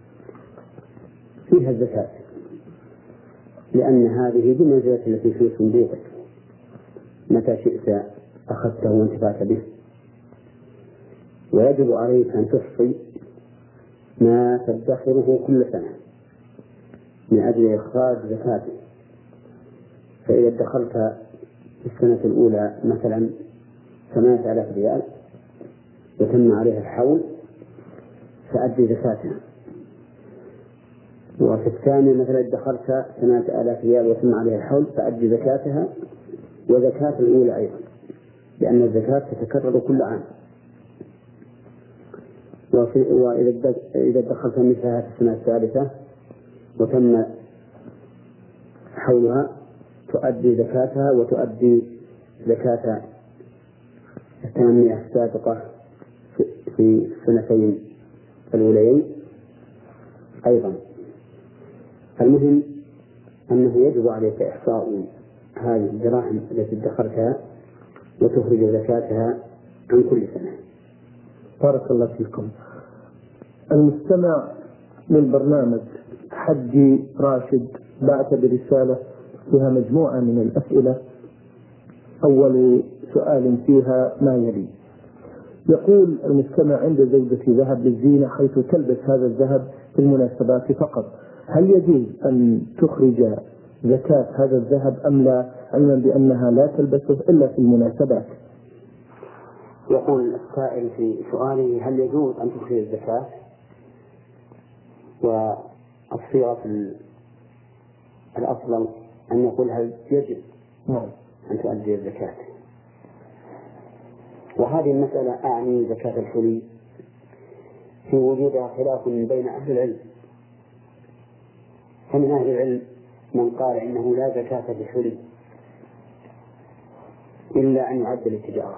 فيها الزكاة، لأن هذه بمنزلة التي في صندوقك، متى شئت أخذته وانتفعت به. ويجب عليك أن تحصي ما تدخره كل سنة من أجل إخراج زكاته. فإذا ادخرت في السنة الأولى مثلا ثمانية آلاف ريال وتم عليها الحول فأدي زكاتها، وفي الثانية مثلا ادخرت ثمانية آلاف ريال وتم عليها الحول فأدي زكاتها وزكاة الأولى أيضا، لأن الزكاة تتكرر كل عام. وإذا ادخرت مثلها في السنة الثالثة وتم حولها تؤدي زكاتها وتؤدي زكاة الثانية السابقة في السنتين الأوليين أيضا. المهم أنه يجب عليك إحصاء هذه الدراهم التي ادخرتها وتخرج زكاتها عن كل سنة. بارك الله فيكم. المستمع من برنامج حجي راشد بعث برسالة فيها مجموعة من الأسئلة. أول سؤال فيها ما يلي: يقول المستمع: عند زوجتي ذهب للزينة حيث تلبس هذا الذهب في المناسبات فقط، هل يجوز أن تخرج زكاة هذا الذهب أم لا، علما بأنها لا تلبسه إلا في المناسبات؟ يقول السائل في سؤاله: هل يجوز أن تخرج الزكاة؟ والصيغة الأفضل أن يقول هل يجب نعم أن تؤدي الزكاة. وهذه المسألة أعني زكاة الحلي في وجودها خلاف بين أهل العلم، فمن أهل العلم من قال إنه لا زكاة في الحلي إلا أن يعد للتجارة،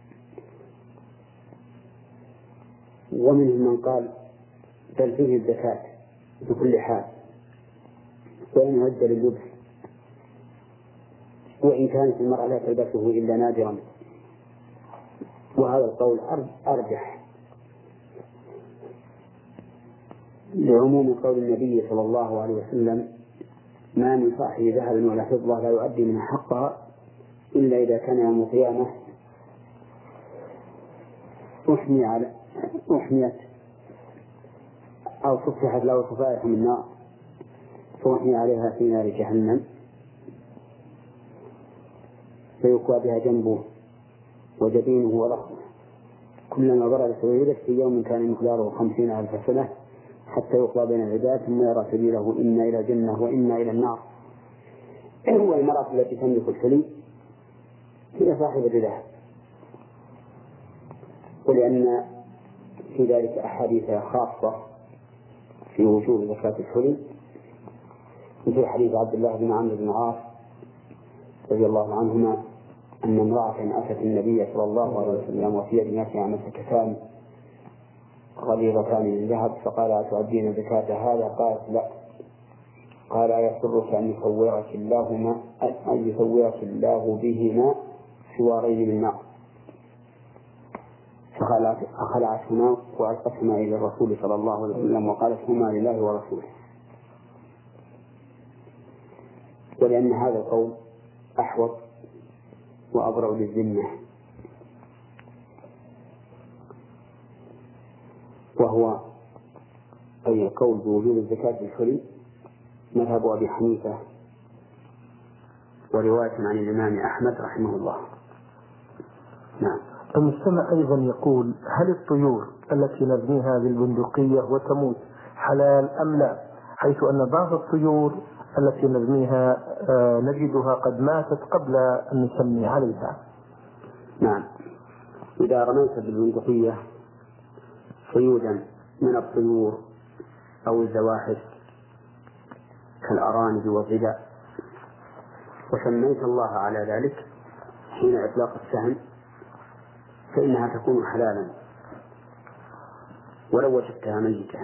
ومنهم من قال بل فيه الزكاة بكل حال وإن يعد لللبس، وإن كانت المرأة لا تلبسه إلا نادرا. وهذا القول أرجح لعموم قول النبي صلى الله عليه وسلم: ما من صاحب ذهب ولا فضة لا يؤدي من حقها إلا إذا كان يوم القيامة أحمي على أحميت أو صفحت له صفائح من نار فأحمي عليها في نار جهنم فيكوى بها جنبه وجبينه ورأسه كلما برد سويدك في يوم كان مقداره خمسين ألف سنة حتى يقضى بين العباد ثم يرى سبيله إما إلى الجنة وإما إلى النار. هو المرأة التي تملك الحلي هي صاحبة الذهب، ولأن في ذلك أحاديث خاصة في وجوب زكاة الحلي، مثل حديث عبد الله بن عمرو بن العاص رضي الله عنهما أن امرأة أتت النبي صلى الله عليه وسلم وفي يدها مسكتان غليظتان من ذهب فقال: أتؤدين زكاة هذا؟ قالت: لا. قال: أيسرك أن يسوّرك الله أن يسوّرك الله بهما سوارين من نار؟ فخلعتهما وألقتهما إلى الرسول صلى الله عليه وسلم وقالت هما لله ورسوله. ولأن هذا القول أحوط وأبرأ للذمة، وهو أي القول بوجوب الزكاة الحلي مذهب أبي حنيفة ورواية عن الإمام أحمد رحمه الله. نعم. المستمع أيضا يقول: هل الطيور التي نرميها بالبندقية وتموت حلال أم لا؟ حيث أن بعض الطيور التي نرميها نجدها قد ماتت قبل أن نسمي عليها. نعم. إذا رميت بالبندقية صيودا من الطيور أو الزواحف كالأرانب والضباع وسميت الله على ذلك حين إطلاق السهم فإنها تكون حلالا ولو وجدتها ميتة،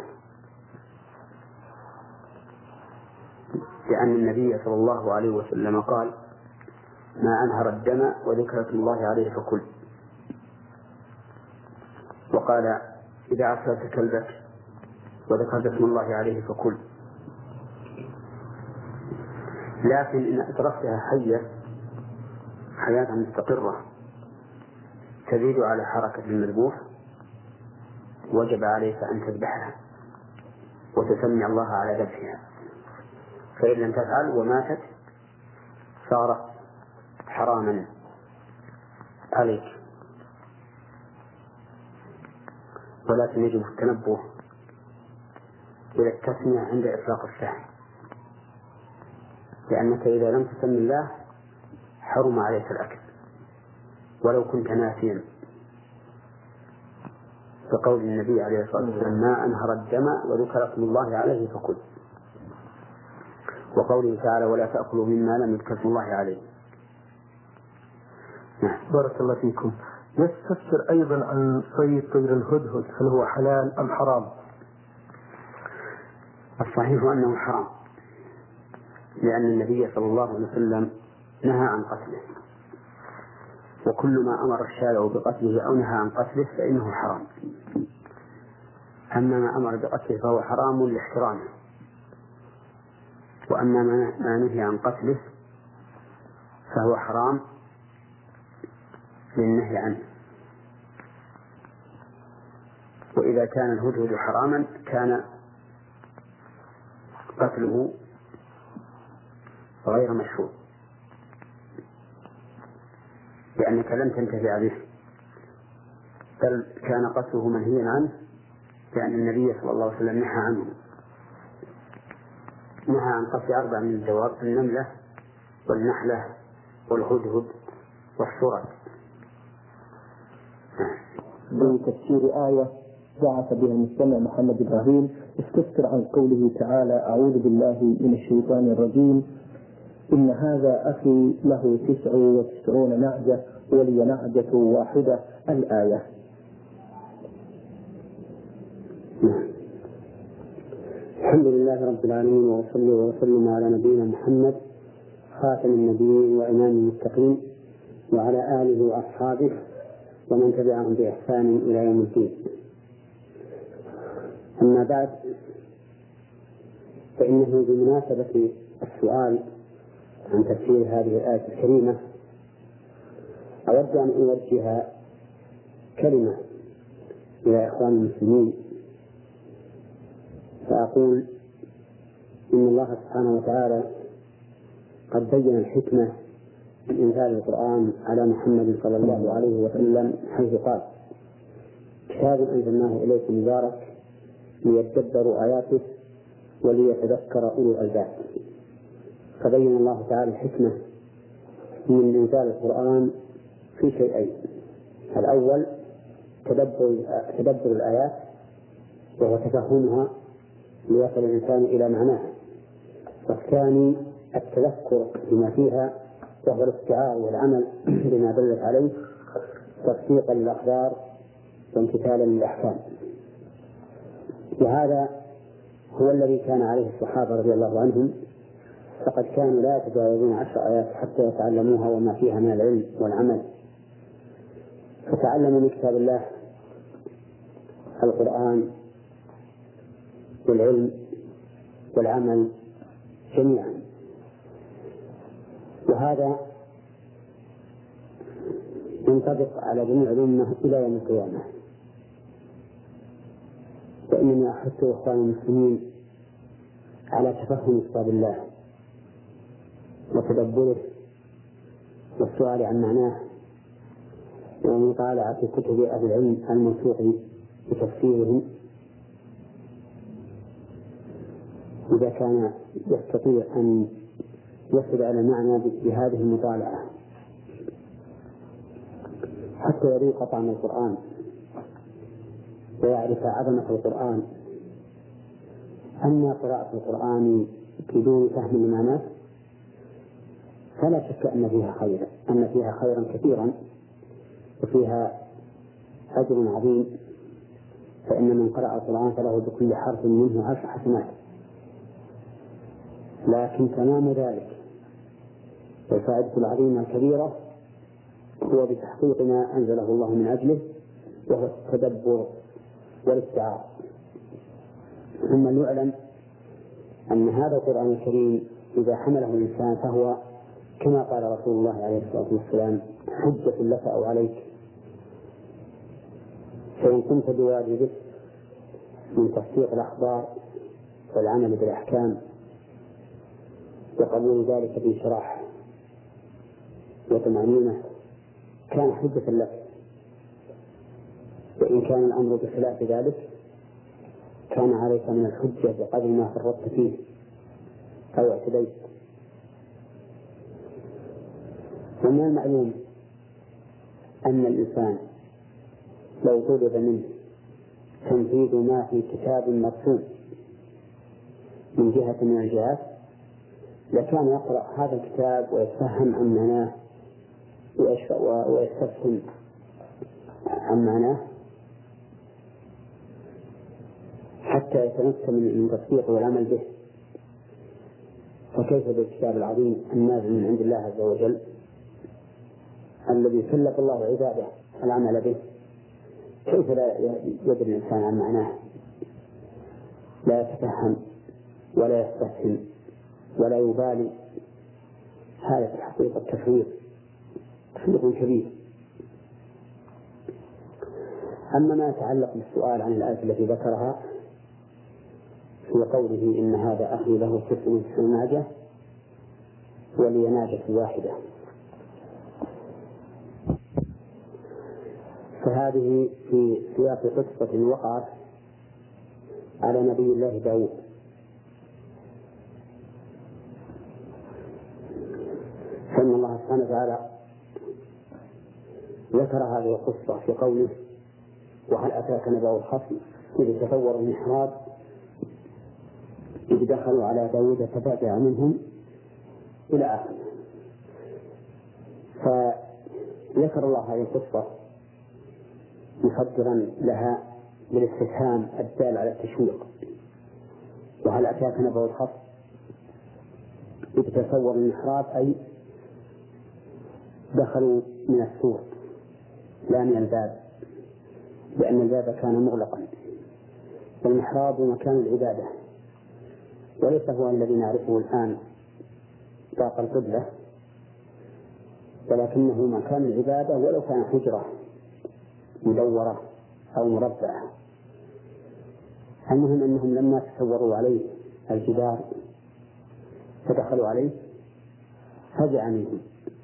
لأن النبي صلى الله عليه وسلم قال: ما أنهر الدم وذكر اسم الله عليه فكل. وقال: إذا عصرت كلبك وذكرت اسم الله عليه فكل. لكن إن أدركتها حية حياة مستقرة تزيد على حركة المذبوح وجب عليك أن تذبحها وتسمي الله على ذبحها، فإن لم تفعل وماتت صارت حراما عليك. ولكن يجب التنبه إلى التسمية عند إطلاق السهم، لأنك إذا لم تسم الله حرم عليك الأكل ولو كنت ناسيا، فقول النبي عليه الصلاة والسلام: ما أنهر الدم وذكر اسم الله عليه فكل. وقوله تعالى: ولا تأكلوا مما لم يذكر اسم الله عليه. نعم. بارك الله فيكم. يستفسر أيضا عن صيد طير الهدهد، هل هو حلال أم حرام؟ الصحيح أنه حرام، لأن النبي صلى الله عليه وسلم نهى عن قتله، وكل ما أمر الشارع بقتله أو نهى عن قتله فإنه حرام. أما ما أمر بقتله فهو حرام لاحترامه، وأما ما نهي عن قتله فهو حرام للنهي عنه. وإذا كان الهدهد حراما كان قتله غير مشروع، لأنك لن تنتفع به، بل كان قتله منهيا عنه، لأن النبي صلى الله عليه وسلم نهى عنه، نهى عن قتل أربع من الدواب: النملة والنحلة والهدهد والسرد. بتفسير آية بعث بها المستمع محمد إبراهيم، استفسر عن قوله تعالى: أعوذ بالله من الشيطان الرجيم، إن هذا أخي له تسع وتسعون نعجة ولي نعجة واحدة، الآية. الحمد لله رب العالمين، وصلى وسلم على نبينا محمد خاتم النبيين وإمام المتقين وعلى آله وأصحابه ومن تبعهم بإحسان إلى يوم الدين. أما بعد، فإنه بمناسبة السؤال عن تفسير هذه الآية الكريمة أود أن أوجه كلمة إلى إخوان المسلمين، فأقول إن الله سبحانه وتعالى قد بين الحكمة من إنزال القرآن على محمد صلى الله عليه وسلم، حيث قال: كتاب أنزلناه إليكم مبارك ليتدبروا آياته وليتذكر أولو الألباب. فبين الله تعالى الحكمة من إنزال القرآن في شيئين: الأول تدبر, تدبر الآيات وهو تفهمها ليصل الإنسان إلى معناها، والثاني التذكر بما فيها وهو الاستيعاب والعمل بما دلت عليه تصديقا للأخبار وامتثالا للأحكام. وهذا هو الذي كان عليه الصحابة رضي الله عنهم، فقد كانوا لا يتجاوزون عشر آيات حتى يتعلموها وما فيها من العلم والعمل، فتعلموا من كتاب الله القرآن والعلم والعمل جميعا، وهذا ينطبق على جميع الأمة إلى يوم القيامة. وإنني أحث إخوان المسلمين على تفهم كتاب الله وتدبره والسؤال عن معناه ومطالعة كتب أهل العلم الموثوق بتفسيرهم إذا كان يستطيع أن يصل على المعنى بهذه المطالعة حتى يذوق طعم القرآن ويعرف عظمة القرآن. أما قراءة القرآن بدون فهم المعنى فلا شك أن فيها خيرا أن فيها خيرا كثيرا وفيها أجر عظيم، فإن من قرأ القرآن فله بكل حرف منه عشر حسنات. لكن تمام ذلك والفائدة العظيمة الكبيرة هو بتحقيق ما أنزله الله من أجله، وهو التدبر والاستعارة. ثم يعلم أن هذا القرآن الكريم إذا حمله الإنسان فهو كما قال رسول الله عليه الصلاة والسلام حجة لك أو عليك، فإن كنت بواجبك من تصديق الأخبار والعمل بالأحكام وقبول ذلك بانشراح وطمأنينة كان حجة لك، وإن كان الأمر بخلاف ذلك كان عليك من الحجة بقدر ما فرطت فيه أو اعتديت. ومن المعلوم أن الإنسان لو طلب منه تنفيذ ما في كتاب مرسوم من جهة من الجهات لكان يقرأ هذا الكتاب ويتفهم عن معناه ويستفهم عن معناه حتى يتمكن من التصديق والعمل به. فكيف بالكتاب العظيم النازل من عند الله عز وجل الذي كلف الله عباده العمل به، كيف لا يدري الإنسان عن معناه، لا يتفهم ولا يستفهم ولا يبالي؟ هذا في الحقيقة تفويض تفويض كبير. أما ما يتعلق بالسؤال عن الآية التي ذكرها في قوله إن هذا أخي له تسع وتسعون ناجة ولي ناجة واحدة، فهذه في سياق قصة وقعت على نبي الله داود. فإن الله سبحانه وتعالى ذكر هذه القصة في قوله وهل أتاك نبأ الخصم إذ تفوروا المحراب إذ دخلوا على داود ففزع منهم إلى آخره. فذكر الله هذه القصة مصدرا لها بالاستفهام الدال على التشويق، وهل أتاك نبأ الخصم إذ تفوروا المحراب أي دخلوا من السور لا من الباب، لأن الباب كان مغلقا، والمحراب مكان العبادة وليس هو الذي نعرفه الآن طاق القبلة، ولكنه مكان العبادة ولو كان حجرة مدورة أو مربعة. المهم أنهم لما تصوروا عليه الجدار فدخلوا عليه فزع منهم،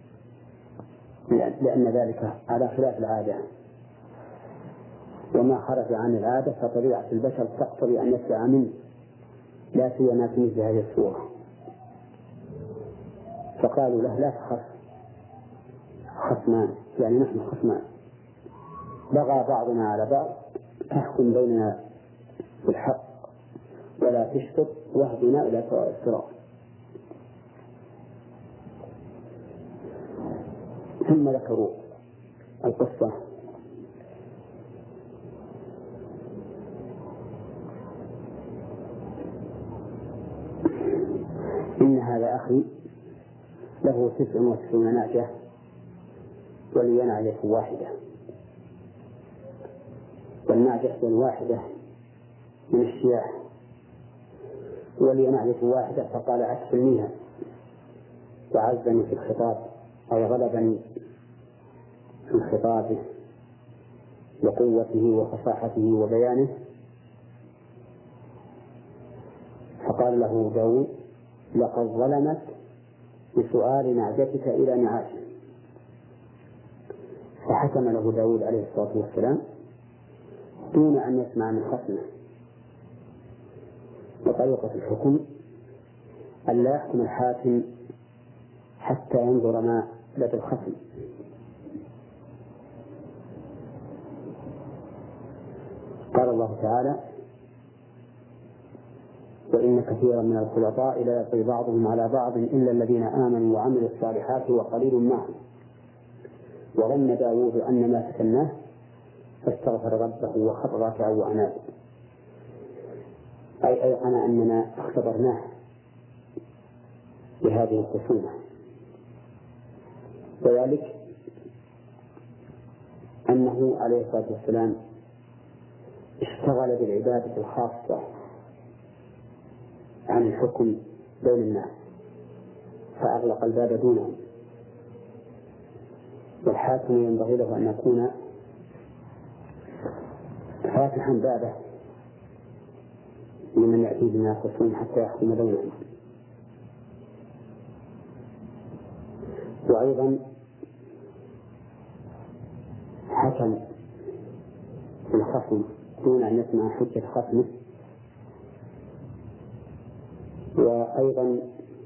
لأن ذلك على خلاف العادة، وما خرج عن العادة فطبيعة البشر تقتضي أن يفزع منه، لا سيما في مثل هذه الصورة. فقالوا له لا تخف، خصمان يعني نحن خصمان بغى بعضنا على بعض فاحكم بيننا بالحق ولا تشطط واهدنا إلى سواء الصراط. ثم ذكروا القصة إن هذا أخي له تسع وتسعون ناجة ولي ناجة واحدة. والنعجة هي الواحدة من الشياح، ولي نعجة واحدة فقال أكفلنيها، وعزني في الخطاب أي غلبني في خطابه وقوته وفصاحته وبيانه، فقال له داود لقد ظلمت بسؤال نعجتك إلى نعاشه، فحكم له داود عليه الصلاة والسلام دون أن يسمع من خصمه. وطريقة الحكم أن لا يحكم الحاكم حتى ينظر ما لدى الخصم. قال الله تعالى وإن كثيرا من الخلطاء لا يطغي بعضهم على بعض إلا الذين آمنوا وعملوا الصالحات وقليل معهم. وظن داود أن ما فتناه فاستغفر ربه وخر راكعا وأناب، أي أيقن أننا اختبرناه بهذه الخصومة، وذلك أنه عليه الصلاة والسلام اشتغل بالعبادة الخاصة عن الحكم بين الناس فأغلق الباب دونهم. والحاكم ينبغي له أن يكون فاتحا بابه لمن يأتي من الخصوم حتى يحكم بينهم. وأيضا حكم الخصم دون أن يسمع حجة خصمه، وأيضا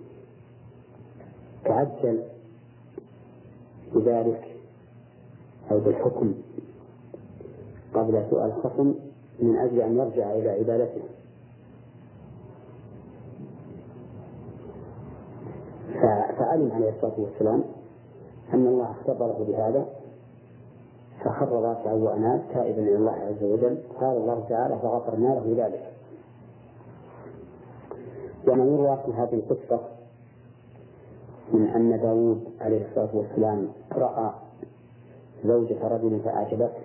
تعجل بذلك أو بالحكم قبل سؤال الخصم من أجل أن يرجع إلى عبادته. فعلم عليه الصلاة والسلام أن الله اختبره بهذا فخر راكعا وأناب تائبا إلى الله عز وجل. قال الله تعالى فغفرنا له ذلك. وما يروى في هذه القصة من أن داود عليه الصلاة والسلام رأى زوجة رجل فأعجبته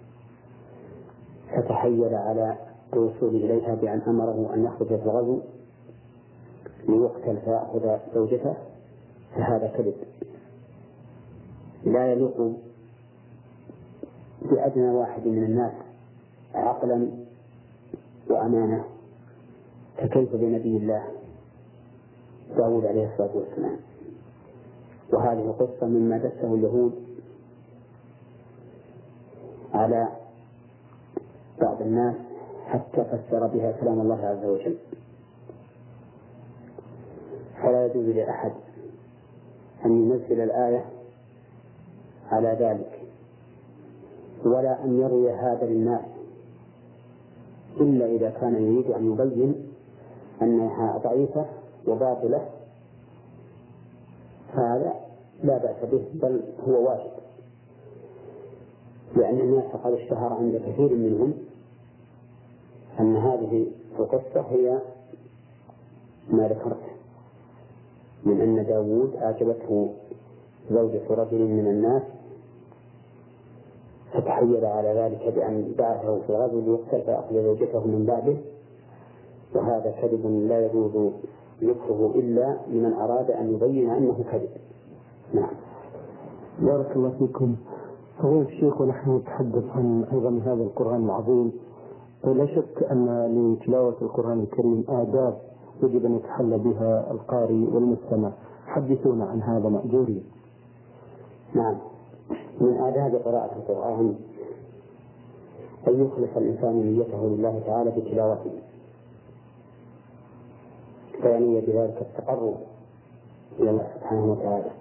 فتحيل على الوصول إليها بأن أمره أن يخرج في الغزو ليقتل فيأخذ زوجته، فهذا كذب لا يليق بأدنى واحد من الناس عقلا وأمانة، فكيف بنبي الله داود عليه الصلاة والسلام. وهذه قصة مما دسه اليهود على بعض الناس حتى فسر بها كلام الله عز وجل. فلا يجوز لأحد أن ينزل الآية على ذلك ولا أن يروي هذا للناس إلا إذا كان يريد أن يبين أنها ضعيفة وباطلة، فهذا لا بأس به بل هو واجب، لأن الناس قد اشتهر عند كثير منهم أن هذه القصة هي ما ذكرت من أن داود أعجبته زوجة رجل من الناس فتحيل على ذلك بأن بعثه في الغزو ليقتل فأخذ زوجته من بعده، وهذا كذب لا يجوز ذكره إلا لمن أراد أن يبين أنه كذب. نعم. بارك الله فيكم. فضيلة الشيخ ونحن نتحدث عن أيضا هذا القرآن العظيم، لا شك أن لتلاوة القرآن الكريم آداب يجب أن يتحلى بها القارئ والمستمع، حدثونا عن هذا مأجورين. نعم، من آداب قراءة القرآن أن يخلص الإنسان نيته لله تعالى بتلاوته، فيعني بذلك التقرب إلى الله سبحانه وتعالى،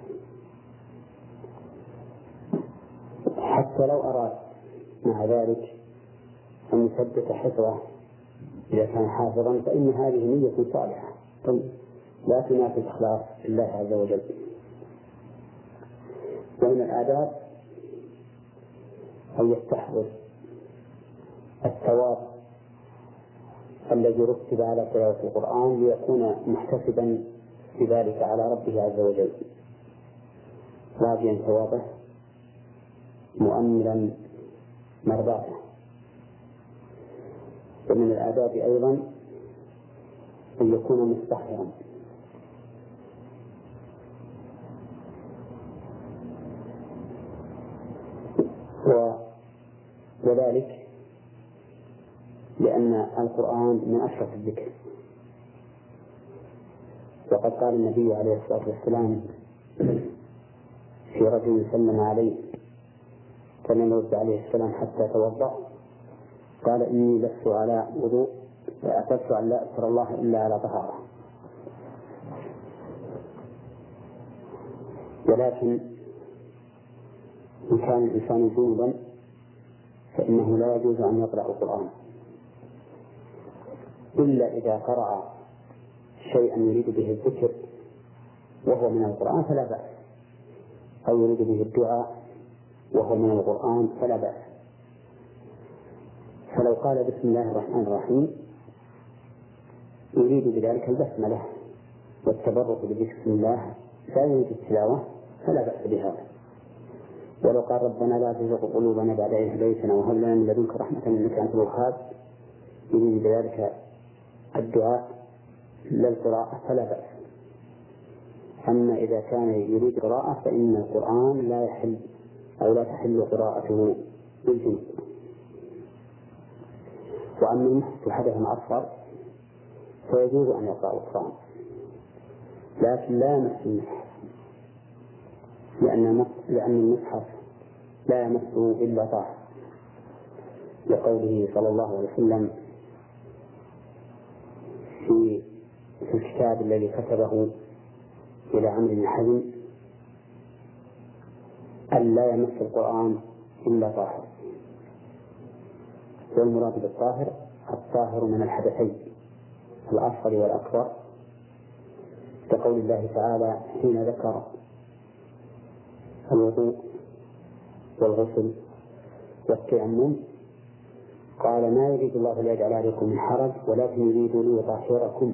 حتى لو أراد مع ذلك أن يثبت حفظه إذا كان حافظا فإن هذه نية صالحة لا تنافي الإخلاص لله عز وجل. ومن الآداب أن يستحضر الثواب الذي رتب على تلاوة القرآن ليكون محتسبا بذلك على ربه عز وجل، راجيا ثوابه مؤملا مرضاته. ومن الآداب أيضا أن يكون مستحضرا، وذلك لأن القرآن من أشرف الذكر، وقد قال النبي عليه الصلاة والسلام في رجل سلم عليه فلم يرد عليه السلام حتى توضأ قال إني لست على وضوء فأعتدت أن لا أذكر الله إلا على طهارة. ولكن إن كان الإنسان جنبا فإنه لا يجوز أن يقرأ القرآن إلا إذا قرأ شيئا يريد به الذكر وهو من القرآن فلا بأس، أو يريد به الدعاء وهو من القرآن فلا بأس. فلو قال بسم الله الرحمن الرحيم يريد بذلك البسملة والتبرك ببسم الله لا يريد التلاوة فلا بأس بهذا. ولو قال ربنا لا تزغ قلوبنا بعد إذ هديتنا وهب لنا من لدنك رحمة إنك أنت الوهاب يريد بذلك الدعاء لا القراءة فلا بأس. أما إذا كان يريد قراءة فإن القرآن لا يحل أو لا تحل قراءته بالجنب. وأما المحدث حدثا أصغر فيجوز أن يقرأ القرآن لكن لا يمس المصحف، لأن لأن المصحف لا يمسه إلا طاهر، لقوله صلى الله عليه وسلم في في الكتاب الذي كتبه إلى عمرو بن حزم أن لا يمس القرآن إلا طاهر. والمراد بالطاهر الطاهر من الحدثين الأصغر والأكبر، كقول الله تعالى حين ذكر الوضوء والغسل والتيمم قال ما يريد الله ليجعل عليكم من حرج ولكن يريد ليطهركم.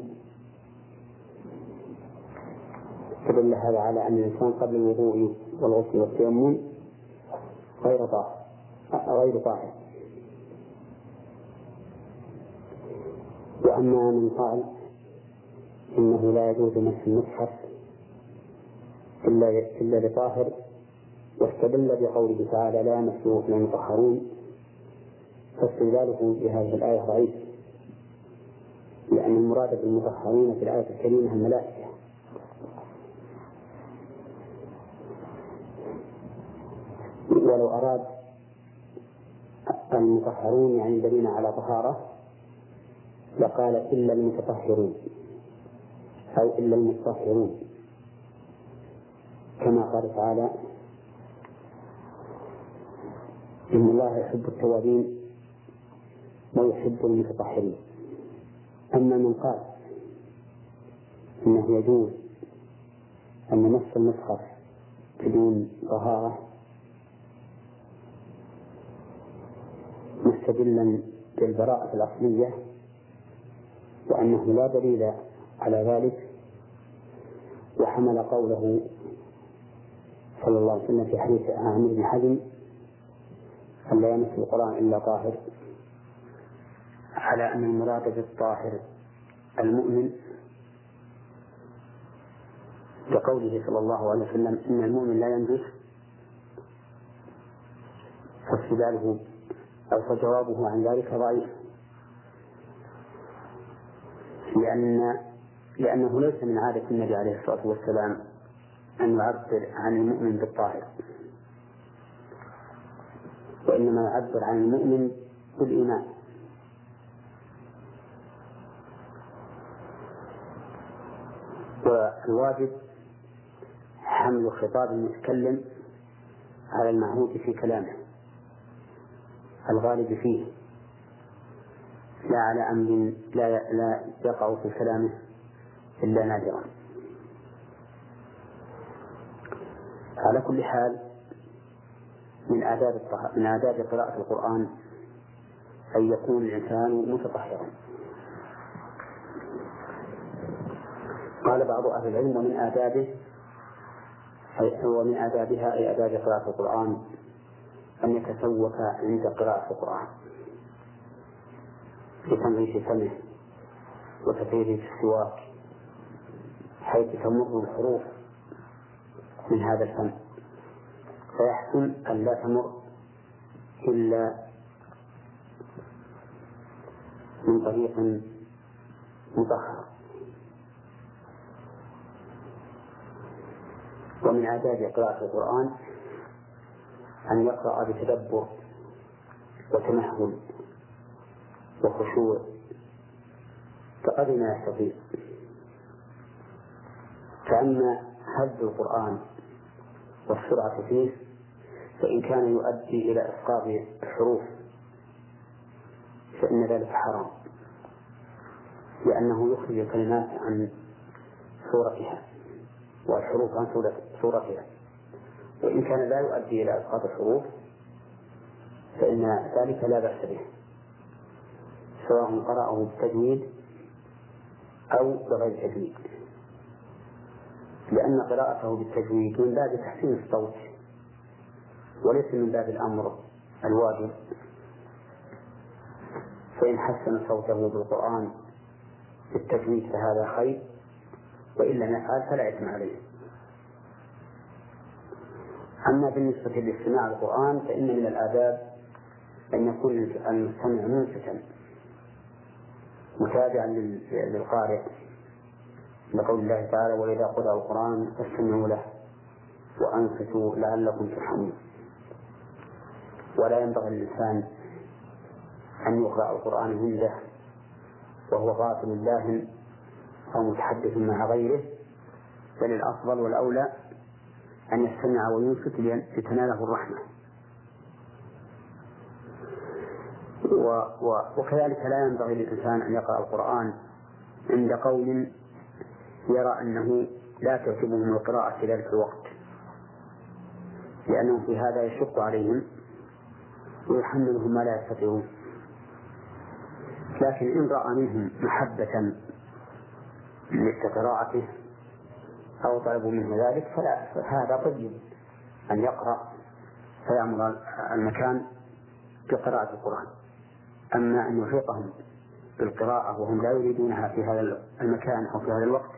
فدل هذا على أن الإنسان قبل الوضوء والغسل والتيمم غير طاهر غير طاهر. وأما من قال إنه لا يجوز مس المصحف إلا إلا لطاهر واستدل بقوله تعالى لا يمسه إلا المطهرون فاستدلاله بهذه الآية ضعيف، لأن المراد بالمطهرين في الآية الكريمة الملائكة، ولو أراد المطهرون يعني الذين على طهارة لقال إلا المتطهرون أو إلا المطهرون، كما قال تعالى إن الله يحب التوابين ويحب المتطهرين. أما من قال إنه يجوز أن نمس المصحف بدون طهارة مستدلا بالبراءة الأصلية وأنه لا دليل على ذلك، وحمل قوله صلى الله عليه وسلم في حديث عمرو بن حزم أن لا يمس القرآن إلا طاهر على أن المراد بالطاهر المؤمن، لقوله صلى الله عليه وسلم إن المؤمن لا ينجس، فاستدلاله أو فجوابه عن ذلك ضعيف، لأن لأنه ليس من عادة النبي عليه الصلاة والسلام أن يعبر عن المؤمن بالطاهر، وإنما يعبر عن المؤمن بالإيمان. والواجب حمل خطاب المتكلم على المعهود في كلامه الغالب فيه، لا على أمر لا, لا يقع في كلامه إلا نادرا. على كل حال من آداب من آداب قراءة القرآن أن يكون الإنسان متطهرا. قال بعض أهل العلم ومن آدابه ومن آدابها أي آداب قراءة القرآن أن يتسوق عند قراءة القرآن، بتنظيف فمه وتطهيره في السواك، حيث تمر الحروف من هذا الفم، فيحسن أن لا تمر إلا من طريق مطهر. ومن آداب قراءة القرآن أن يقرأ بتدبر وتمهل وخشوع بقدر ما يستطيع. فأما هز القرآن والسرعة فيه فإن كان يؤدي إلى إسقاط الحروف فإن ذلك حرام، لأنه يخرج الكلمات عن صورتها والحروف عن صورتها. وإن كان لا يؤدي إلى إسقاط الحروف فإن ذلك لا بأس به، سواء قرأه بالتجويد أو بغير تجويد، لأن قراءته بالتجويد من باب تحسين الصوت وليس من باب الأمر الواجب. فإن حسن صوته بالقرآن بالتجويد فهذا خير، وإن لم يفعل فلا إثم عليه. أما بالنسبة لاستماع القرآن فإن من الآداب أن يكون المستمع منصتا متابعا للقارئ، لقول الله تعالى: وإذا قرأ القرآن فاستمعوا له وأنصتوا لعلكم ترحمون. ولا ينبغي للإنسان أن يقرأ القرآن عنده وهو غافل لاهٍ أو متحدث مع غيره، بل الأفضل والأولى أن يستمع وينصت لتناله الرحمة. و... و... وكذلك لا ينبغي للإنسان أن يقرأ القرآن عند قوم يرى أنه لا تعجبهم القراءة في ذلك الوقت، لأنه في هذا يشق عليهم ويحملهم ما لا يستطيعون. لكن إن رأى منهم محبة لقراءته أو طلبوا منه ذلك فلا، فهذا طيب أن يقرأ فيأمر المكان بقراءة القرآن. أما أن يحيطهم بالقراءة وهم لا يريدونها في هذا المكان أو في هذا الوقت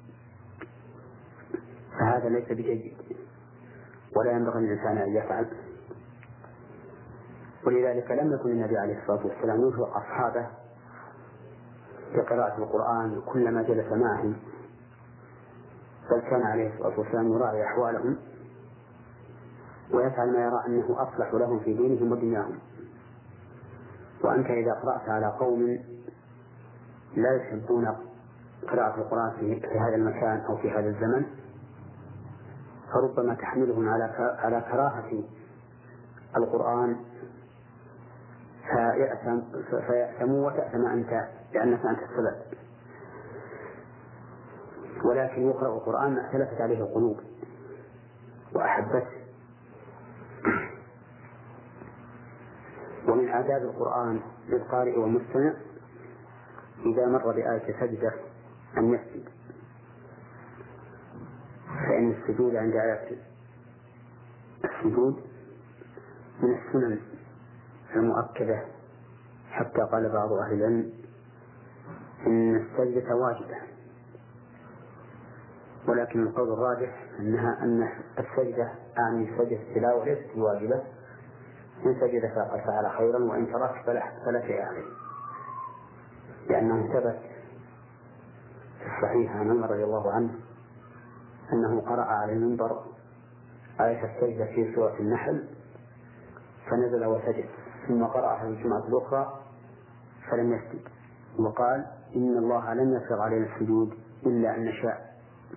فهذا ليس بجيد، ولا ينبغي للإنسان أن يفعل. ولذلك لم يكن النبي عليه الصلاة والسلام يشرع أصحابه بقراءة القرآن كلما جلس معهم، بل كان عليه الصلاة والسلام يراعي أحوالهم ويفعل ما يرى أنه أصلح لهم في دينهم ودنياهم. وأنت إذا قرأت على قوم لا يحبون قراءة القرآن في هذا المكان أو في هذا الزمن فربما تحملهم على على كراهة القرآن فيأثموا وتأثم أنت لأنك أنت السبب. ولكن يقرأ القرآن ما اختلفت عليه القلوب وأحبته. ومن آداب القرآن للقارئ والمستمع إذا مر بآية سجدة أن يسجد، فإن السجود عند آية السجود من السنن المؤكدة، حتى قال بعض أهل العلم إن السجدة واجبة، ولكن القول الراجح أنها أن السجدة أعني سجدة التلاوة ليست واجبة، إن سجد فقد فعل خيرا وإن ترك فلا شيء عليه، لأنه ثبت في الصحيح عن عمر رضي الله عنه أنه قرأ على المنبر آية السجدة في سورة النحل فنزل وسجد، ثم قرأها في الجمعة الأخرى فلم يسجد، وقال: إن الله لم يفرض علينا السجود إلا أن نشاء،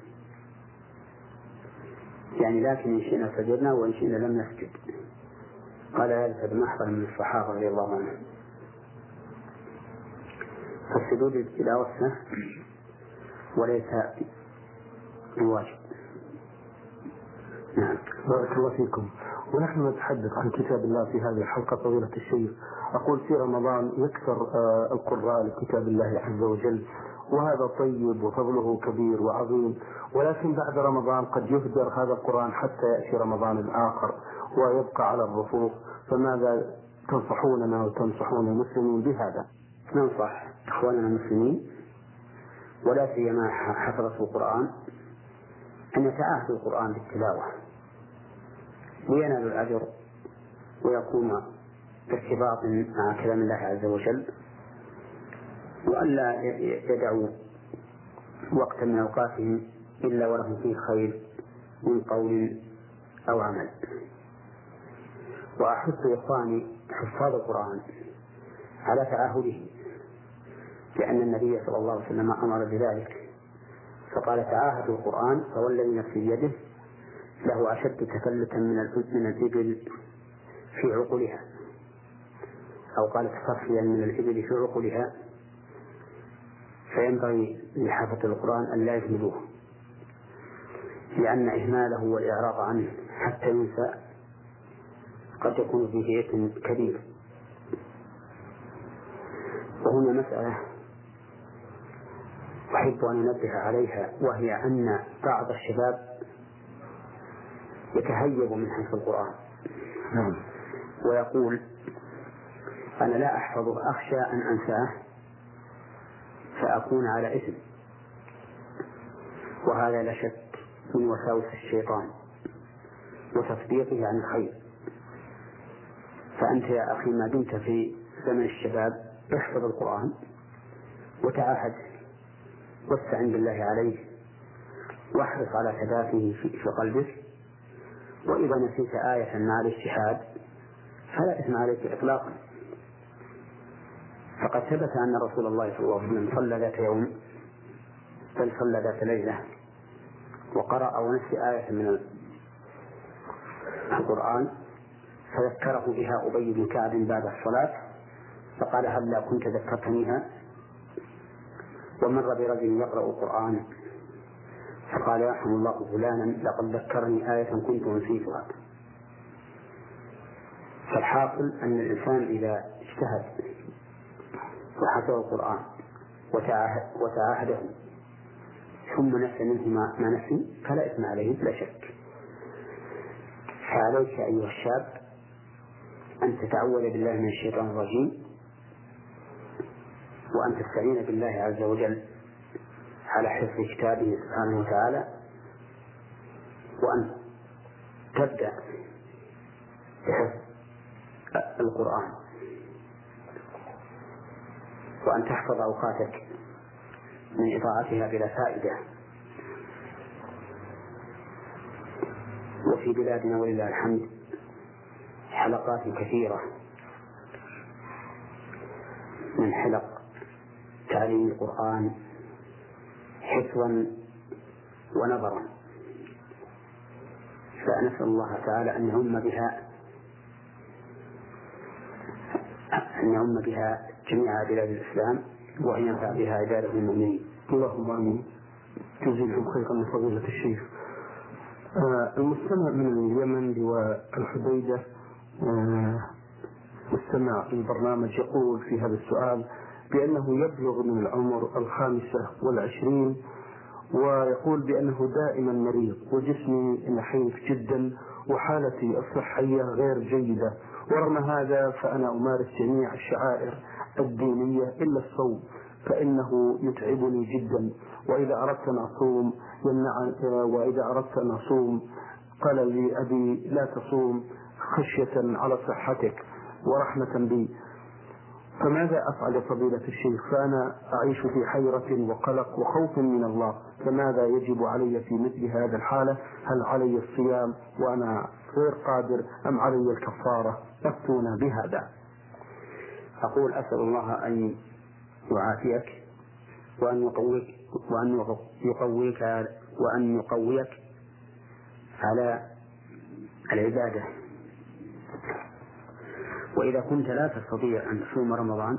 يعني لكن إن شئنا سجدنا وإن شئنا لم نسجد. قال ذلك بمحضر من الصحابة رضي الله عنهم. فالسجود للتلاوة وليس بواجب. نعم. بارك الله فيكم. ونحن نتحدث عن كتاب الله في هذه الحلقة طويلة الشيخ. أقول في رمضان يكثر القراء لكتاب الله عز وجل، وهذا طيب وفضله كبير وعظيم، ولكن بعد رمضان قد يهدر هذا القرآن حتى يأتي رمضان الآخر ويبقى على الرفوف. فماذا تنصحوننا وتنصحون المسلمين بهذا؟ ننصح إخواننا المسلمين ولا سيما حفظة القرآن أن يتعاهدوا القرآن بالتلاوة لينالوا الأجر ويكون ارتباط مع كلام الله عز وجل، وألا يدعوا وقتا من أوقاتهم إلا ولهم فيه خير من قول أو عمل. وأحث إخواني حفاظ القرآن على تعاهده، لأن النبي صلى الله عليه وسلم أمر بذلك فقال: تعاهدوا القرآن فوالذي نفسي بيده له أشد تفلتا من الإبل في عقلها، أو قال تفرخيا من الإبل في عقلها، فينبغي لحافظ القرآن أن لا يهملوه، لأن إهماله والإعراض عنه حتى ينسى قد يكون فيه إثم كبير. وهنا مسألة أحب أن أنبه عليها، وهي أن بعض الشباب يتهيب من حفظ القرآن ويقول: أنا لا أحفظه، أخشى أن أنساه فأكون على إثم. وهذا لا شك من وساوس الشيطان وتثبيطه عن الخير. فأنت يا أخي ما دمت في زمن الشباب احفظ القرآن وتعاهد واستعن بالله عليه واحرص على ثباته في قلبك، وإذا نسيت آية مع الاجتهاد فلا إثم عليك إطلاقا. فقد ثبت أن رسول الله صلى الله عليه وسلم صلى ذات يوم بل صلى ذات ليلة وقرأ ونسي آية من القرآن فذكره بها أبي بن كعب بعد الصلاة فقال: هلا كنت ذكرتنيها؟ ومر برجل يقرأ القرآن فقال: يرحم الله فلانا لقد ذكرني آية كنت نسيتها. فالحاصل أن الإنسان إذا اجتهد وحفظ القرآن وتعاهده ثم نسي منه ما نسي فلا إثم عليه بلا شك. فعليك أيها الشاب أن تتعوذ بالله من الشيطان الرجيم، وأن تستعين بالله عز وجل على حفظ كتابه سبحانه وتعالى، وأن تبدأ بحفظ القرآن، وأن تحفظ أوقاتك من إضاعتها بلا فائدة. وفي بلادنا ولله الحمد حلقات كثيرة من حلق تعليم القرآن حفظا ونظرا، فنسأل الله تعالى أن يعم بها أن يعم بها جميع بلاد الإسلام وأن ينفع بها عباده المؤمنين. اللهم آمين. جزيكم خيرا من فضيلة الشيخ. آه المستمع من اليمن لواء الحديدة آه مستمع البرنامج يقول في هذا السؤال بأنه يبلغ من العمر الخامسة والعشرين، ويقول بأنه دائما مريض وجسمي نحيف جدا وحالتي الصحية غير جيدة، ورغم هذا فأنا أمارس جميع الشعائر الدينية إلا الصوم فإنه يتعبني جدا، وإذا أردت أن أصوم يمنع، وإذا أردت أن أصوم قال لي أبي لا تصوم خشية على صحتك ورحمة بي. فماذا أفعل يا فضيلة الشيخ؟ فأنا أعيش في حيرة وقلق وخوف من الله، فماذا يجب علي في مثل هذا الحالة؟ هل علي الصيام وأنا غير قادر أم علي الكفارة؟ أفتونا بهذا. أقول أسأل الله أن يعافيك وأن يقويك وأن يقويك وأن يقويك على العبادة. وإذا كنت لا تستطيع أن تصوم رمضان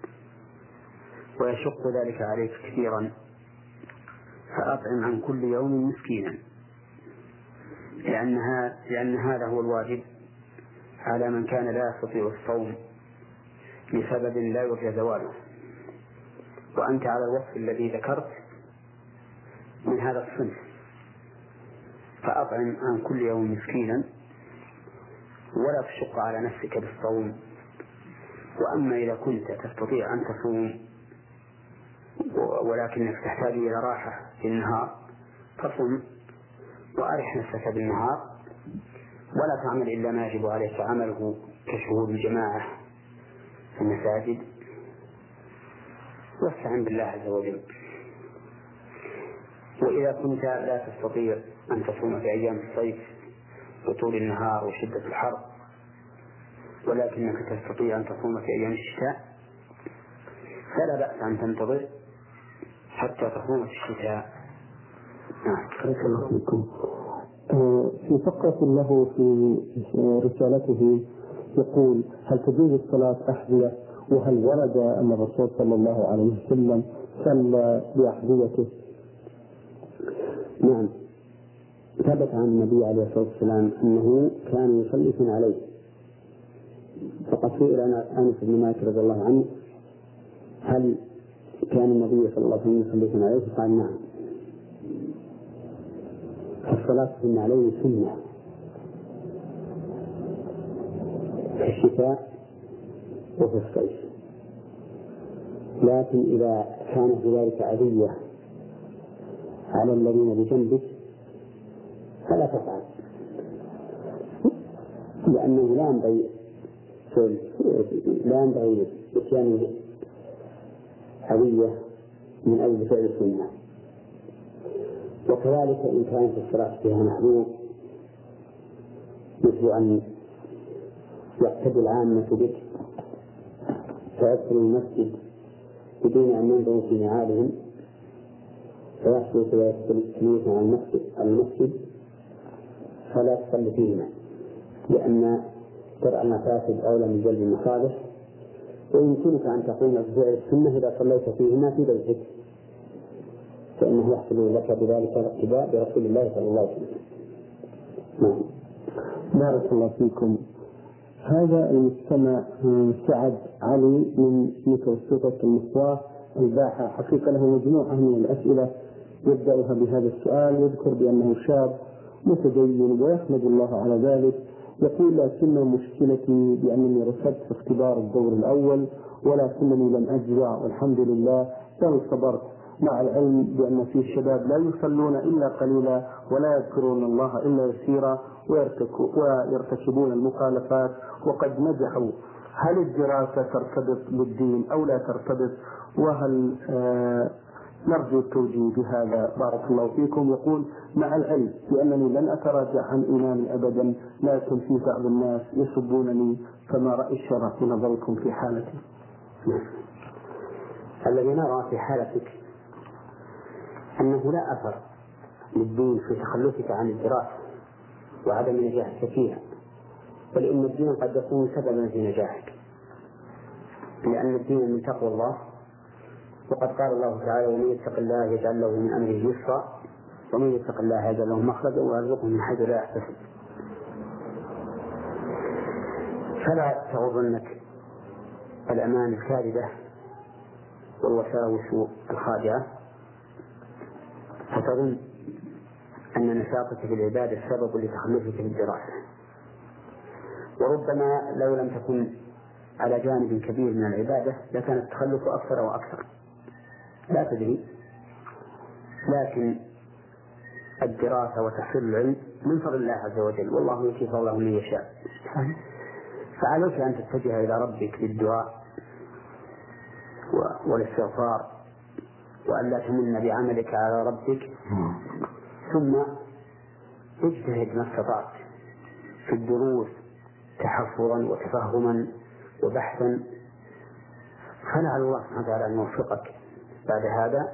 ويشق ذلك عليك كثيرا فأطعم عن كل يوم مسكينا، لأنها لأن هذا هو الواجب على من كان لا يستطيع الصوم لسبب لا يرجى زواله، وأنت على الوصف الذي ذكرت من هذا الصنف، فأطعم عن كل يوم مسكينا ولا تشق على نفسك بالصوم وأما إذا كنت تستطيع أن تصوم ولكنك تحتاج إلى راحة في النهار فصم وأرح نفسك بالنهار، ولا تعمل إلا ما يجب عليك عمله كشهود الجماعة في المساجد، واستعن بالله عز وجل. وإذا كنت لا تستطيع أن تصوم في أيام الصيف بطول النهار وشدة الحر، ولكنك تستطيع أن تصوم في أيام الشتاء، فلا بأس أن تنتظر حتى تصوم في الشتاء. بارك الله فيكم. في فقرة له في رسالته يقول: هل تجوز الصلاة أحذية؟ وهل ورد أن الرسول صلى الله عليه وسلم صلى بأحذيته؟ نعم، ثبت عن النبي عليه الصلاة والسلام أنه كان يصلي عليه، فقد سئل أنس بن مالك رضي الله عنه: هل كان النبي صلى الله عليه وسلم يصلي عليه؟ قال: نعم. الصلاة عليه سنة في الشتاء وفي الصيف، لكن إذا كانت ذلك أذية على الذين بجنبك فلا تفعل، لأنه لا ينبغي لا ينبغي إتيان أذية من أجل فعل السنة. وكذلك إن كانت الصلاة فيها محظور، مثل أن يقتدي العامة بك فيدخل المسجد بدون أن ينظروا في نعالهم فيحصل تلميذ عن المسجد، فلا تصلي فيهما، لأن درء المفاسد أولى من جلب المصالح. ويمكنك أن تقوم بفعل السنة إذا صليت فيهما في بيتك، فإنه يحصل لك بذلك الاقتداء برسول الله صلى الله عليه وسلم. نعم. بارك الله فيكم. هذا المستمع سعد علي من متوسطة المصباح الباحة، حقيقة له مجموعة من الأسئلة يبدأها بهذا السؤال. يذكر بأنه شاب متدين ويحمد الله على ذلك. يقول: لكن مشكلتي بأنني رسبت في اختبار الدور الأول ولكنني لم أجزع والحمد لله، بل صبرت، مع العلم بأن في الشباب لا يصلون إلا قليلا ولا يذكرون الله إلا يسيرا ويرتكبون المخالفات وقد نجحوا. هل الدراسة ترتبط بالدين أو لا ترتبط؟ وهل آه نرجو التوجيه بهذا؟ بارك الله فيكم. يقول: مع العلم بأنني لن أتراجع عن إيماني أبدا، لكن في بعض الناس يسبونني، فما رأي الشرع في نظركم في حالتي؟ الذي نرى في حالتك أنه لا أثر للدين في تخلفك عن الدراسة وعدم نجاحك فيها، بل إن الدين قد يكون سببا في نجاحك، لأن الدين من تقوى الله، وقد قال الله تعالى: ومن يتق الله يجعل له من أمره يسرا ومن يتق الله يجعل له مخرجا ويرزقه من حيث لا يحتسب. فلا تغرنك الأمان الكاذبة والوساوس الخادعة فتظن أن نشاطك في العبادة سبب لتخلفك في الدراسة، وربما لو لم تكن على جانب كبير من العبادة لكان التخلف أكثر وأكثر، لا تدري. لكن الدراسة وتحصيل العلم من فضل الله عز وجل، والله يؤتي فضله من يشاء. فعليك أن تتجه إلى ربك بالدعاء والاستغفار، وأن لا تمن بعملك على ربك، ثم اجتهد ما استطعت في الدروس تحفظا وتفهما وبحثا، فلعل الله سبحانه وتعالى أن يوفقك بعد هذا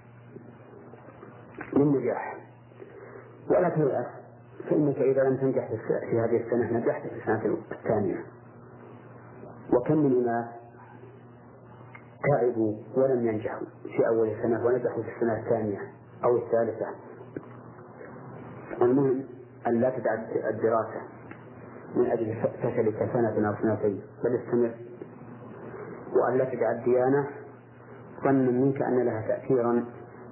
للنجاح. ولا تيأس، فإنك إذا لم تنجح في هذه السنة نجحت في السنة الثانية. وكم من أناس تعبوا ولم ينجحوا في أول سنة ونجحوا في السنة الثانية أو الثالثة. المهم أن لا تدع الدراسة من أجل فشلك سنة أو سنتين، بل استمر، وأن لا تدع الديانة ظنا منك أن لها تأثيرا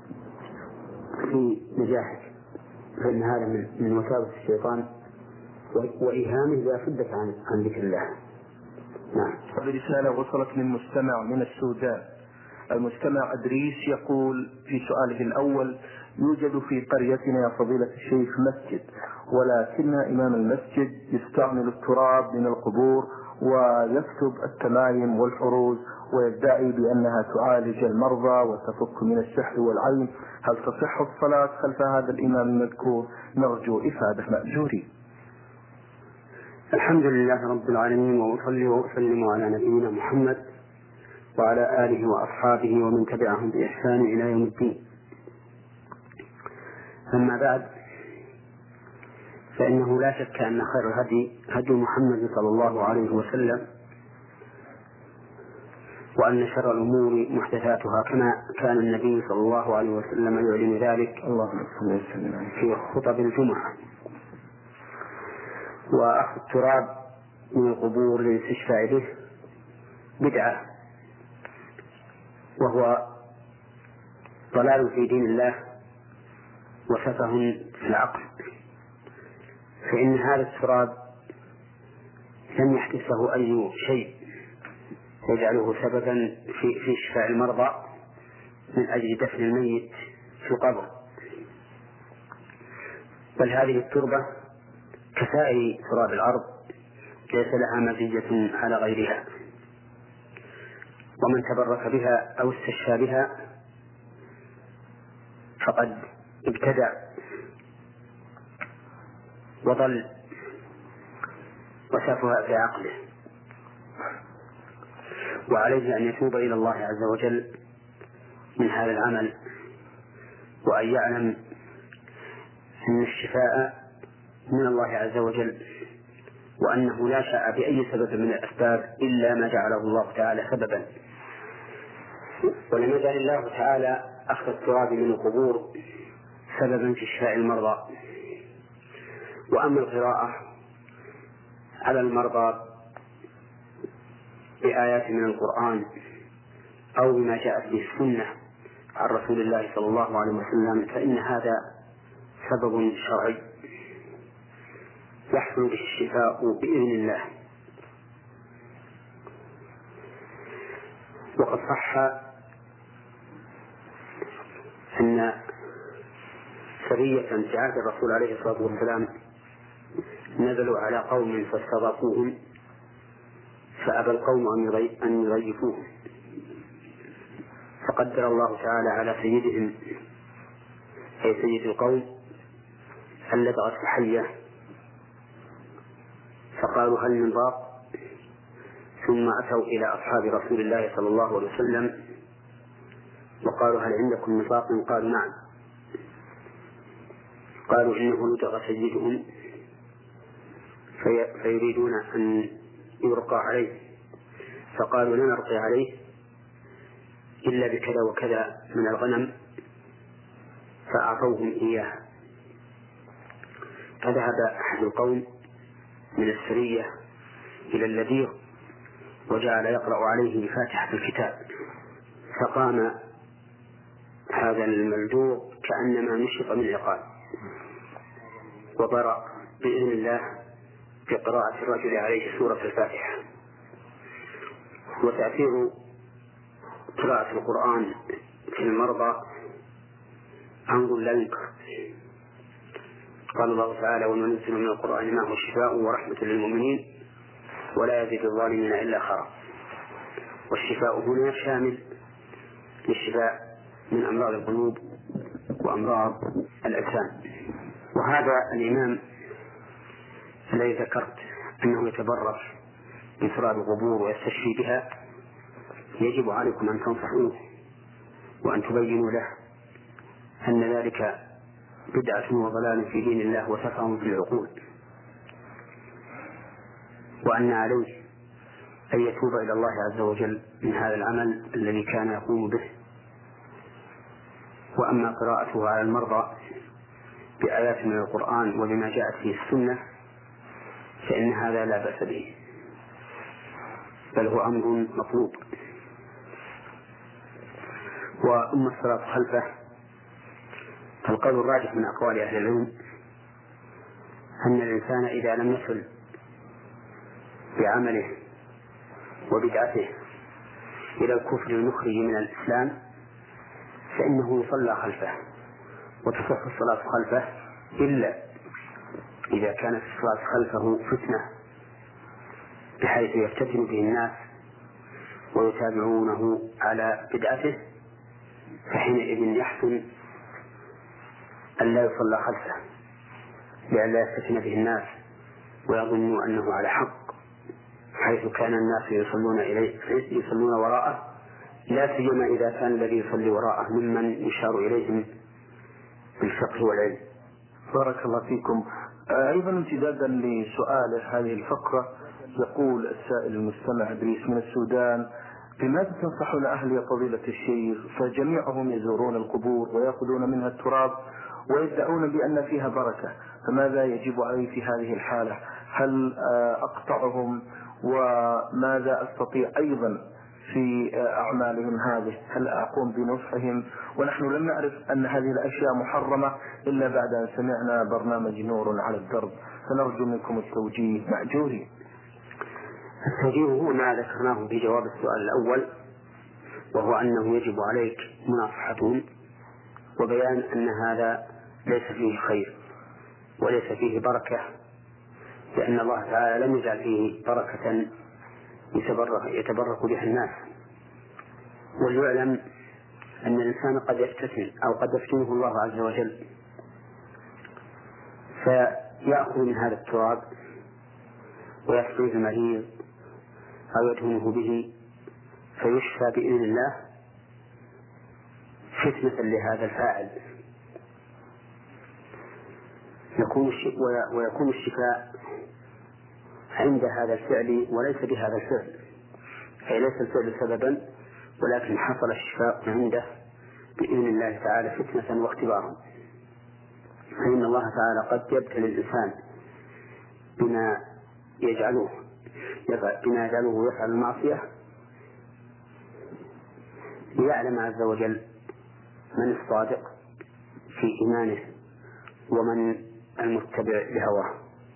في نجاحك، فإن هذا من من وساوس الشيطان وإيهامه ليصدك عن عن ذكر الله. نعم. رسالة وصلت من مستمع من السودان. المستمع أدريس يقول في سؤاله الأول: يوجد في قريتنا يا فضيلة الشيخ مسجد، ولكن إمام المسجد يستعمل التراب من القبور ويكتب التمايم والحروز ويدعي بأنها تعالج المرضى وتفك من السحر والعين، هل تصح الصلاة خلف هذا الإمام المذكور؟ نرجو إفادة مأجورين. الحمد لله رب العالمين، وأصلي وأسلم على نبينا محمد وعلى آله وأصحابه ومن تبعهم بإحسان إلى يوم الدين. أما بعد، فإنه لا شك أن خير الهدي هدي محمد صلى الله عليه وسلم، وأن شر الأمور محدثاتها، كما كان النبي صلى الله عليه وسلم يعلن ذلك في خطب الجمعة. وأخذ التراب من القبور للاستشفاء به بدعة، وهو ضلال في دين الله وسفه في العقل، فإن هذا التراب لم يحدثه أي شيء يجعله سببا في, في شفاء المرضى من أجل دفن الميت في القبر، بل هذه التربة كسائر تراب الأرض ليس لها مزية على غيرها، ومن تبرك بها أو استشفى بها فقد ابتدع وضل وسفه في عقله، وعليه أن يتوب إلى الله عز وجل من هذا العمل، وأن يعلم أن الشفاء من الله عز وجل، وأنه لا شاء بأي سبب من الأسباب إلا ما جعله الله تعالى سببا. ولم يجعل الله تعالى أخذ التراب من القبور سببا في شفاء المرضى. وأما القراءة على المرضى بآيات من القرآن أو بما جاءت به السنة عن رسول الله صلى الله عليه وسلم، فإن هذا سبب شرعي يحصل به الشفاء بإذن الله. وقد صح أن سرية في عهد الرسول عليه الصلاة والسلام نزلوا على قوم فاستضافوهم، فأبى القوم أن يضيفوهم، فقدر الله تعالى على سيدهم أي سيد القوم أن لدغت الحية، فقالوا هل من ضاق؟ ثم أتوا إلى أصحاب رسول الله صلى الله عليه وسلم وقالوا هل عندكم نفاق؟ قالوا نعم. قالوا إنه لدغ سيدهم في فيريدون أن يرقى عليه، فقالوا لا نرقي عليه إلا بكذا وكذا من الغنم، فأعطوهم إياه. فذهب أحد القوم من السرية إلى اللذيغ وجعل يقرأ عليه بفاتحة الكتاب، فقام هذا الملدوغ كأنما نشط من عقال وبرأ بإذن الله بقراءة الرجل عليه سورة الفاتحة. وتأثير قراءة القرآن في المرضى أمر لا ينكر. قال الله تعالى وننزل من القرآن ما هو شفاء ورحمة للمؤمنين ولا يزيد الظالمين إلا خيرا. والشفاء هنا شامل للشفاء من أمراض القلوب وأمراض الأجسام. وهذا الإمام الذي ذكرت أنه يتبرك بتراب القبور ويستشفي بها يجب عليكم أن تنصحوه وأن تبينوا له أن ذلك بدعة وضلال في دين الله وسفه في العقول، وأن عليه أن يتوب إلى الله عز وجل من هذا العمل الذي كان يقوم به. وأما قراءته على المرضى بآيات من القرآن وبما جاءت فيه السنة فإن هذا لا بأس به، بل هو أمر مطلوب. وأما الصلاة خلفه فالقول الراجح من أقوال أهل العلم أن الإنسان إذا لم يصل بعمله وبدعته إلى الكفر المخرج من الإسلام فإنه يصلى خلفه وتصح الصلاة خلفه، إلا إذا كانت الصلاة خلفه فتنة بحيث يفتتن به الناس ويتابعونه على بدعته، فحينئذ يحسن أن لا يصلى خلفه لئلا يفتتن به الناس ويظنوا أنه على حق، حيث كان الناس يصلون إليه يصلون وراءه، لا سيما إذا كان الذي يصلي وراءه ممن يشار إليهم بالفقه والعلم. بارك الله فيكم. أيضا امتدادا لسؤال هذه الفقرة، يقول السائل المستمع إدريس من السودان: بماذا تنصحون أهل يا فضيلة الشيخ؟ فجميعهم يزورون القبور ويأخذون منها التراب ويدعون بأن فيها بركة، فماذا يجب علي في هذه الحالة؟ هل أقطعهم؟ وماذا أستطيع أيضا في أعمالهم هذه؟ هل أقوم بنصحهم؟ ونحن لم نعرف أن هذه الأشياء محرمة إلا بعد أن سمعنا برنامج نور على الدرب، فنرجو منكم التوجيه مأجورين. التوجيه هو ما ذكرناه في جواب السؤال الأول، وهو أنه يجب عليك مناصحتهم وبيان أن هذا ليس فيه خير وليس فيه بركة، لأن الله تعالى لم يجعل فيه بركة يتبرك, يتبرك بها الناس. وليعلم أن الإنسان قد يفتتن أو قد يفتنه الله عز وجل فيأخذ من هذا التراب ويسقيه المريض أو يدهنه به فيشفى بإذن الله فتنة لهذا الفاعل، يكون ويكون الشفاء عند هذا الفعل وليس بهذا الفعل، أي ليس الفعل سببا ولكن حصل الشفاء عنده بإذن الله تعالى فتنة واختبارا. فإن الله تعالى قد يبتلي الإنسان بما يجعله بما يجعله يفعل المعصية ليعلم عز وجل من الصادق في إيمانه ومن المتبع لهواه.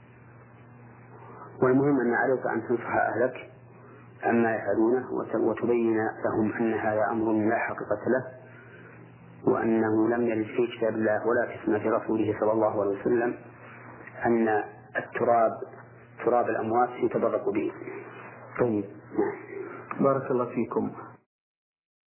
والمهم أن عليك أن تنصح أهلك عما يفعلونه وتبين لهم أن هذا أمر لا حقيقة له، وأنه لم يرد في كتاب الله ولا في سنة رسوله صلى الله عليه وسلم أن التراب تراب الأموات يتبرك به. طيب، بارك الله فيكم.